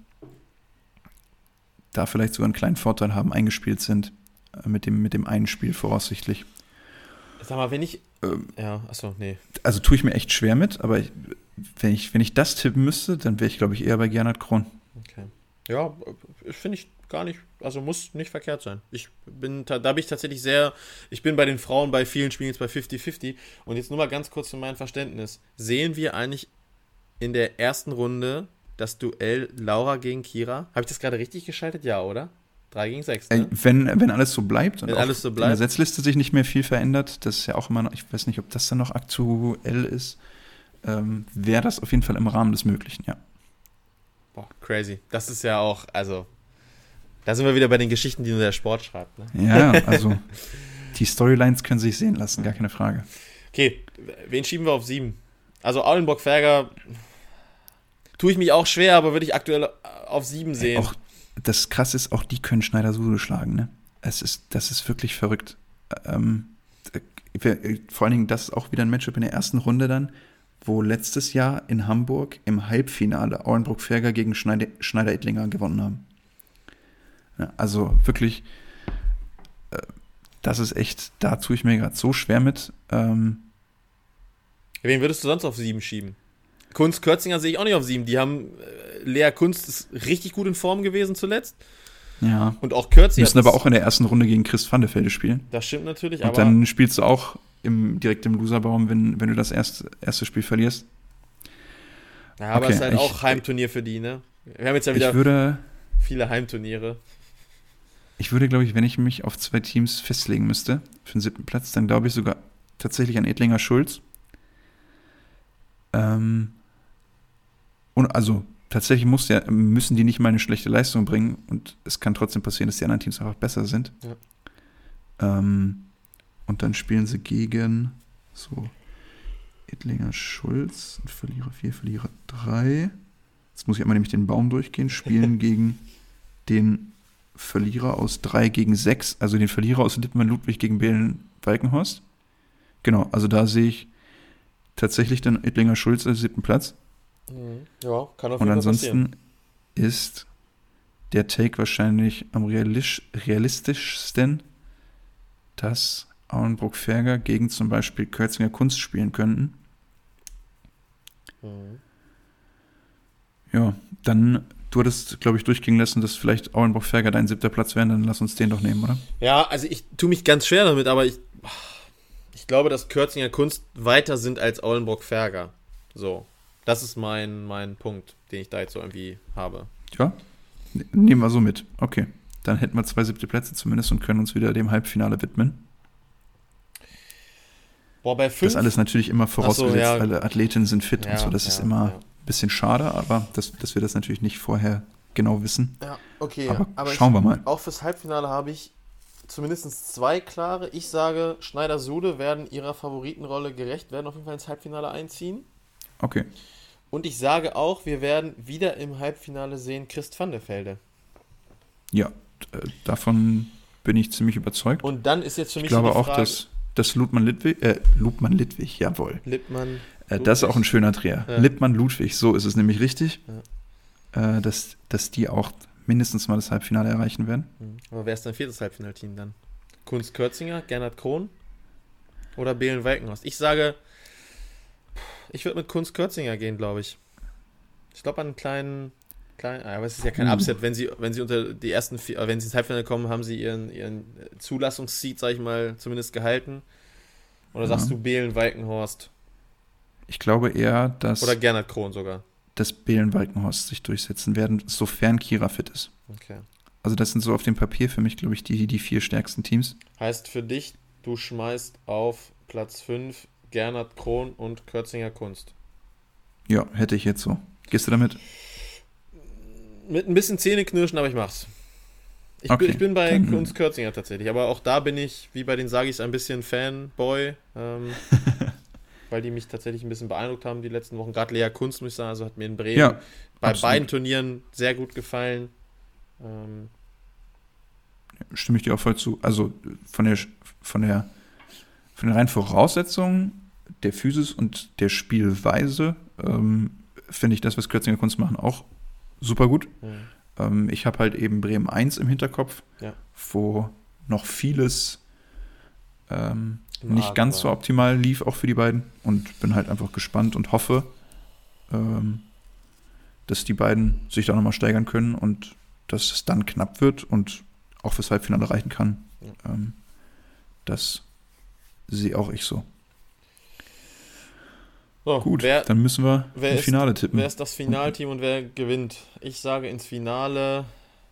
Da vielleicht sogar einen kleinen Vorteil haben, eingespielt sind äh, mit dem, mit dem einen Spiel voraussichtlich. Sag mal, wenn ich. Ähm, Ja, achso, nee. also tue ich mir echt schwer mit, aber ich, wenn, ich, wenn ich das tippen müsste, dann wäre ich, glaube ich, eher bei Gernot Krohn. Okay. Ja, finde ich gar nicht, also muss nicht verkehrt sein. Ich bin, da bin ich tatsächlich sehr, ich bin bei den Frauen bei vielen Spielen jetzt bei fünfzig fünfzig und jetzt nur mal ganz kurz für mein Verständnis. Sehen wir eigentlich in der ersten Runde das Duell Laura gegen Kira? Habe ich das gerade richtig geschaltet? Ja, oder? drei gegen sechs, ne? Äh, wenn, wenn alles so bleibt und Wenn auch alles so in bleibt. der Setzliste sich nicht mehr viel verändert, das ist ja auch immer noch, ich weiß nicht, ob das dann noch aktuell ist, ähm, wäre das auf jeden Fall im Rahmen des Möglichen, ja. Boah, crazy. Das ist ja auch, also, da sind wir wieder bei den Geschichten, die nur der Sport schreibt, ne? Ja, also die Storylines können sich sehen lassen, gar keine Frage. Okay, wen schieben wir auf sieben? Also Aulenburg-Ferger tue ich mich auch schwer, aber würde ich aktuell auf sieben sehen. Auch das Krasse ist, auch die können Schneider-Sude schlagen, ne? Es ist, das ist wirklich verrückt. Ähm, äh, vor allen Dingen, das ist auch wieder ein Matchup in der ersten Runde dann, wo letztes Jahr in Hamburg im Halbfinale Auenbrock-Ferger gegen Schneider, Schneider-Ettlinger gewonnen haben. Ja, also wirklich, äh, das ist echt, da tue ich mir gerade so schwer mit. Ähm, Wen würdest du sonst auf sieben schieben? Kunst Kürzinger sehe ich auch nicht auf sieben. Die haben, äh, Lea Kunst ist richtig gut in Form gewesen zuletzt. ja. Und auch Kürzinger. Müssen aber auch in der ersten Runde gegen Chris van der Velde spielen. Das stimmt natürlich, Und aber. dann spielst du auch im, direkt im Loserbaum, wenn, wenn du das erste, erste Spiel verlierst. Ja, aber okay, es ist halt ich, auch Heimturnier für die, ne? Wir haben jetzt ja wieder ich würde, viele Heimturniere. ich würde, glaube ich, wenn ich mich auf zwei Teams festlegen müsste, für den siebten Platz, dann glaube ich sogar tatsächlich an Edlinger Schulz. Ähm, und also tatsächlich muss der, müssen die nicht mal eine schlechte Leistung bringen und es kann trotzdem passieren, dass die anderen Teams einfach besser sind. Ja. Ähm, und dann spielen sie gegen so Edlinger Schulz, Verlierer vier, Verlierer drei. Jetzt muss ich einmal nämlich den Baum durchgehen, spielen gegen den Verlierer aus drei gegen sechs, also den Verlierer aus Lippmann Ludwig gegen Behlen-Walkenhorst. Genau, also da sehe ich tatsächlich dann Edlinger Schulz als siebten Platz. Ja, kann auf Und jeden Fall ansonsten passieren. ist der Take wahrscheinlich am realisch, realistischsten, dass Auenbrock-Ferger gegen zum Beispiel Kürzinger Kunst spielen könnten. Mhm. Ja, dann, du hattest, glaube ich, durchgehen lassen, dass vielleicht Auenbrock-Ferger dein siebter Platz wären, dann lass uns den doch nehmen, oder? Ja, also ich tue mich ganz schwer damit, aber ich, ich glaube, dass Kürzinger Kunst weiter sind als Aulenburg-Ferger. So, das ist mein, mein Punkt, den ich da jetzt so irgendwie habe. Ja, ne- nehmen wir so mit. Okay, dann hätten wir zwei siebte Plätze zumindest und können uns wieder dem Halbfinale widmen. Boah, bei fünf. Das alles natürlich immer vorausgesetzt, Ach so, ja. alle Athletinnen sind fit Ja, und so. Das ja, ist immer ja. ein bisschen schade, aber das, dass wir das natürlich nicht vorher genau wissen. Ja, okay. Aber, aber schauen ich, wir mal. Auch fürs Halbfinale habe ich zumindest zwei klare. Ich sage, Schneider-Sude werden ihrer Favoritenrolle gerecht, werden auf jeden Fall ins Halbfinale einziehen. Okay. Und ich sage auch, wir werden wieder im Halbfinale sehen Christ van der Velde. Ja, äh, davon bin ich ziemlich überzeugt. Und dann ist jetzt für Ich mich glaube so die auch, Frage, dass, dass Ludmann-Lidwig, äh, Ludmann-Lidwig, jawohl. Lippmann, Äh, das ist auch ein schöner Dreher. Ja. Lippmann-Ludwig, so ist es nämlich richtig. Äh, dass, dass die auch mindestens mal das Halbfinale erreichen werden. Hm. Aber wer ist dein viertes Halbfinalteam dann? Kunst Kürzinger, Gernot Krohn oder Behlen Walkenhorst? Ich sage, ich würde mit Kunst Kürzinger gehen, glaube ich. Ich glaube an einen kleinen, kleinen, aber es ist ja kein Uh. Upset, wenn sie, wenn sie unter die ersten vier, äh, wenn sie ins Halbfinale kommen, haben sie ihren, ihren Zulassungsseed, sag ich mal, zumindest gehalten. Oder sagst Ja. du Behlen Walkenhorst Ich glaube eher, dass, oder Gernot Krohn sogar? dass Behlen-Walkenhorst sich durchsetzen werden, sofern Kira fit ist. Okay. Also das sind so auf dem Papier für mich, glaube ich, die, die vier stärksten Teams. Heißt für dich, du schmeißt auf Platz fünf Gernot Krohn und Kürzinger Kunst. Ja, hätte ich jetzt so. Gehst du damit? Mit ein bisschen Zähneknirschen, aber ich mach's. Ich, okay. bin, ich bin bei Dann, Kunz Kürzinger tatsächlich, aber auch da bin ich, wie bei den Sagis, ein bisschen Fanboy, ähm, weil die mich tatsächlich ein bisschen beeindruckt haben die letzten Wochen. Gerade Lea Kunz, muss ich sagen, also hat mir in Bremen ja, bei absolut. beiden Turnieren sehr gut gefallen. Ähm, Stimme ich dir auch voll zu. Also von der, von der, von den reinen Voraussetzungen, der Physis und der Spielweise ähm, finde ich das, was Kürzinger Kunst machen, auch super gut. mhm. Ähm, ich habe halt eben Bremen eins im Hinterkopf, ja. wo noch vieles ähm, Im nicht Argen ganz war. so optimal lief, auch für die beiden. Und bin halt einfach gespannt und hoffe, ähm, dass die beiden sich da nochmal steigern können und dass es dann knapp wird und auch fürs Halbfinale reichen kann. Ja. Ähm, das sehe auch ich so. So, Gut, wer, dann müssen wir wer ins ist, Finale tippen. Wer ist das Finalteam und wer gewinnt? Ich sage ins Finale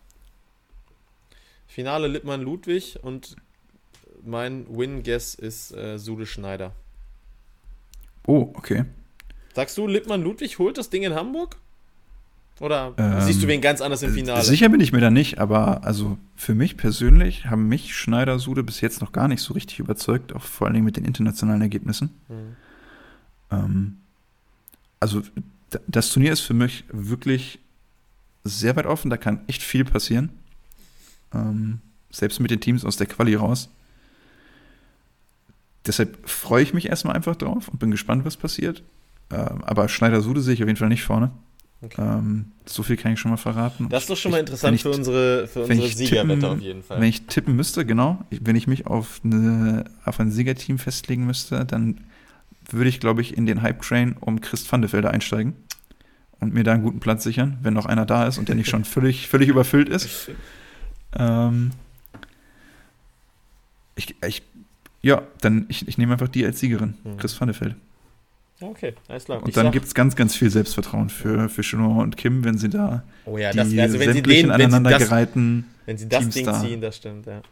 Finale Lippmann-Ludwig und mein Win-Guess ist äh, Sude Schneider. Oh, okay. Sagst du, Lippmann-Ludwig holt das Ding in Hamburg? Oder Ähm, siehst du wen ganz anders im Finale? Sicher bin ich mir da nicht, aber also für mich persönlich haben mich Schneider Sude bis jetzt noch gar nicht so richtig überzeugt, auch vor allen Dingen mit den internationalen Ergebnissen. Hm. Ähm, also d- das Turnier ist für mich wirklich sehr weit offen, da kann echt viel passieren. Ähm, selbst mit den Teams aus der Quali raus. Deshalb freue ich mich erstmal einfach drauf und bin gespannt, was passiert. Ähm, aber Schneider-Sude sehe ich auf jeden Fall nicht vorne. Okay. Ähm, so viel kann ich schon mal verraten. Das ist doch schon mal Ich- interessant ich- für unsere, für wenn unsere ich Siegerwette tippen- auf jeden Fall. Wenn ich tippen müsste, genau, ich- wenn ich mich auf, eine, auf ein Siegerteam festlegen müsste, dann würde ich, glaube ich, in den Hype-Train um Christ van de Velde einsteigen und mir da einen guten Platz sichern, wenn noch einer da ist und der nicht schon völlig, völlig überfüllt ist. Ähm, ich, ich, ja, dann ich, ich nehme einfach die als Siegerin, Mhm. Christ van de Velde. Okay, alles klar. Und Ich dann sag- gibt es ganz, ganz viel Selbstvertrauen für, für Chenot und Kim, wenn sie da oh ja, die das, also wenn sie sämtlichen den, wenn sie das, aneinandergereihten wenn sie das Teams Ding da- ziehen, das stimmt, ja.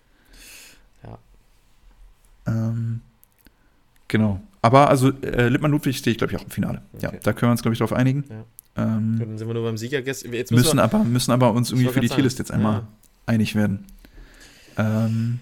Ähm, genau. Aber also äh, Lippmann-Ludwig stehe ich, glaube ich, auch im Finale. Ja, Okay. da können wir uns, glaube ich, drauf einigen. Ja. Ähm, Gut, dann sind wir nur beim Sieger. Jetzt müssen, müssen, wir, aber, müssen aber uns irgendwie wollte für die grad Tierlist sagen, jetzt einmal ja. einig werden. Ähm,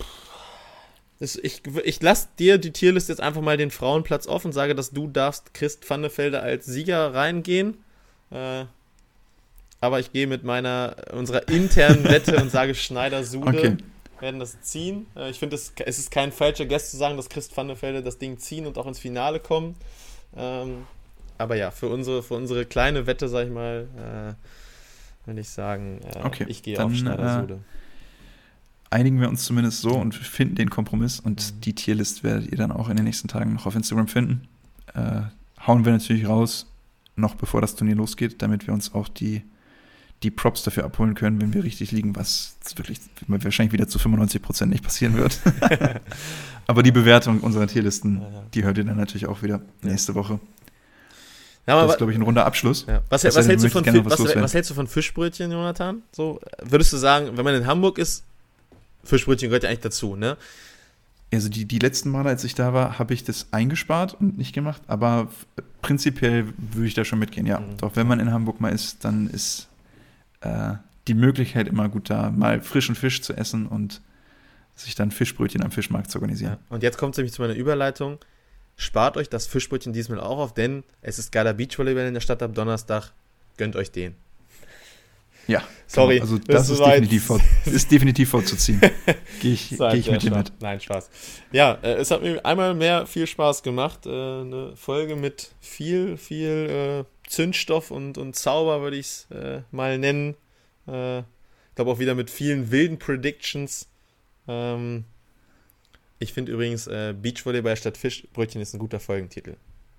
Das, ich ich lasse dir die Tierlist jetzt einfach mal den Frauenplatz offen, sage, dass du darfst Christ van de Velde als Sieger reingehen. Äh, aber ich gehe mit meiner, unserer internen Wette und sage, Schneider-Sude Okay. werden das ziehen. Äh, ich finde, es es ist kein falscher Guess zu sagen, dass Christ van de Velde das Ding ziehen und auch ins Finale kommen. Ähm, aber ja, für unsere, für unsere kleine Wette, sag ich mal, äh, würde ich sagen, äh, Okay, ich gehe dann, auf Schneider-Sude. einigen wir uns zumindest so und finden den Kompromiss. Und Mhm. die Tierlist werdet ihr dann auch in den nächsten Tagen noch auf Instagram finden. Äh, hauen wir natürlich raus, noch bevor das Turnier losgeht, damit wir uns auch die, die Props dafür abholen können, wenn wir richtig liegen, was wirklich wahrscheinlich wieder zu fünfundneunzig Prozent nicht passieren wird. Aber die Bewertung unserer Tierlisten, Ja, ja. die hört ihr dann natürlich auch wieder nächste Woche. Ja, Das aber ist, glaube ich, ein runder Abschluss. Ja. Was, Es was, sei denn, hältst du du von, möchtest gerne Fi- noch was was, loswerden. was hältst du von Fischbrötchen, Jonathan? So, würdest du sagen, wenn man in Hamburg ist, Fischbrötchen gehört ja eigentlich dazu, ne? Also die, die letzten Male, als ich da war, habe ich das eingespart und nicht gemacht, aber f- prinzipiell würde ich da schon mitgehen, ja. Mhm. Doch wenn man in Hamburg mal ist, dann ist äh, die Möglichkeit immer gut da, mal frischen Fisch zu essen und sich dann Fischbrötchen am Fischmarkt zu organisieren. Ja. Und jetzt kommt es nämlich zu meiner Überleitung. Spart euch das Fischbrötchen diesmal auch auf, denn es ist geiler Beachvolleyball in der Stadt ab Donnerstag. Gönnt euch den. Ja, Sorry, genau. Also das das ist ist weit. definitiv, vor, ist definitiv vorzuziehen. Gehe ich, Seid geh ich sehr mit dir stark. mit. Nein, Spaß. Ja, äh, es hat mir einmal mehr viel Spaß gemacht. Äh, eine Folge mit viel, viel äh, Zündstoff und, und Zauber, würde ich es äh, mal nennen. Äh, ich glaube auch wieder mit vielen wilden Predictions. Ähm, ich finde übrigens, äh, Beachvolleyball statt Fischbrötchen ist ein guter Folgentitel.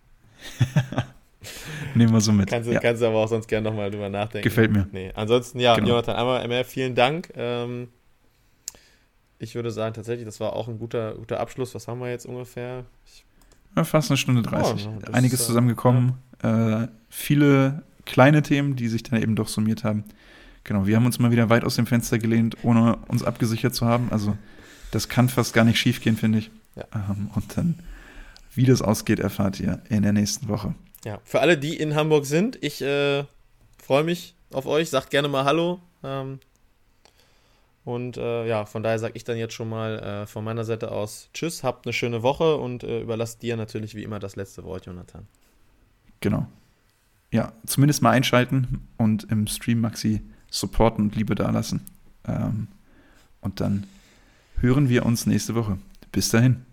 Nehmen wir so mit. Kannst du, Ja. kannst du aber auch sonst gerne nochmal drüber nachdenken. Gefällt mir. Nee, ansonsten, ja, Genau. Jonathan, einmal mehr vielen Dank. Ähm, ich würde sagen, tatsächlich, das war auch ein guter, guter Abschluss. Was haben wir jetzt ungefähr? Ich, Ja, fast eine Stunde dreißig. Oh, das Einiges ist, äh, zusammengekommen. Äh, viele kleine Themen, die sich dann eben doch summiert haben. Genau, wir haben uns mal wieder weit aus dem Fenster gelehnt, ohne uns abgesichert zu haben. Also das kann fast gar nicht schief gehen, finde ich. Ja. Ähm, und dann, wie das ausgeht, erfahrt ihr in der nächsten Woche. ja, für alle, die in Hamburg sind, ich äh, freue mich auf euch, sagt gerne mal Hallo. Ähm, und äh, ja, von daher sage ich dann jetzt schon mal äh, von meiner Seite aus Tschüss, habt eine schöne Woche und äh, überlasst dir natürlich wie immer das letzte Wort, Jonathan. Genau. Ja, zumindest mal einschalten und im Stream Maxi supporten und Liebe dalassen. Ähm, und dann hören wir uns nächste Woche. Bis dahin.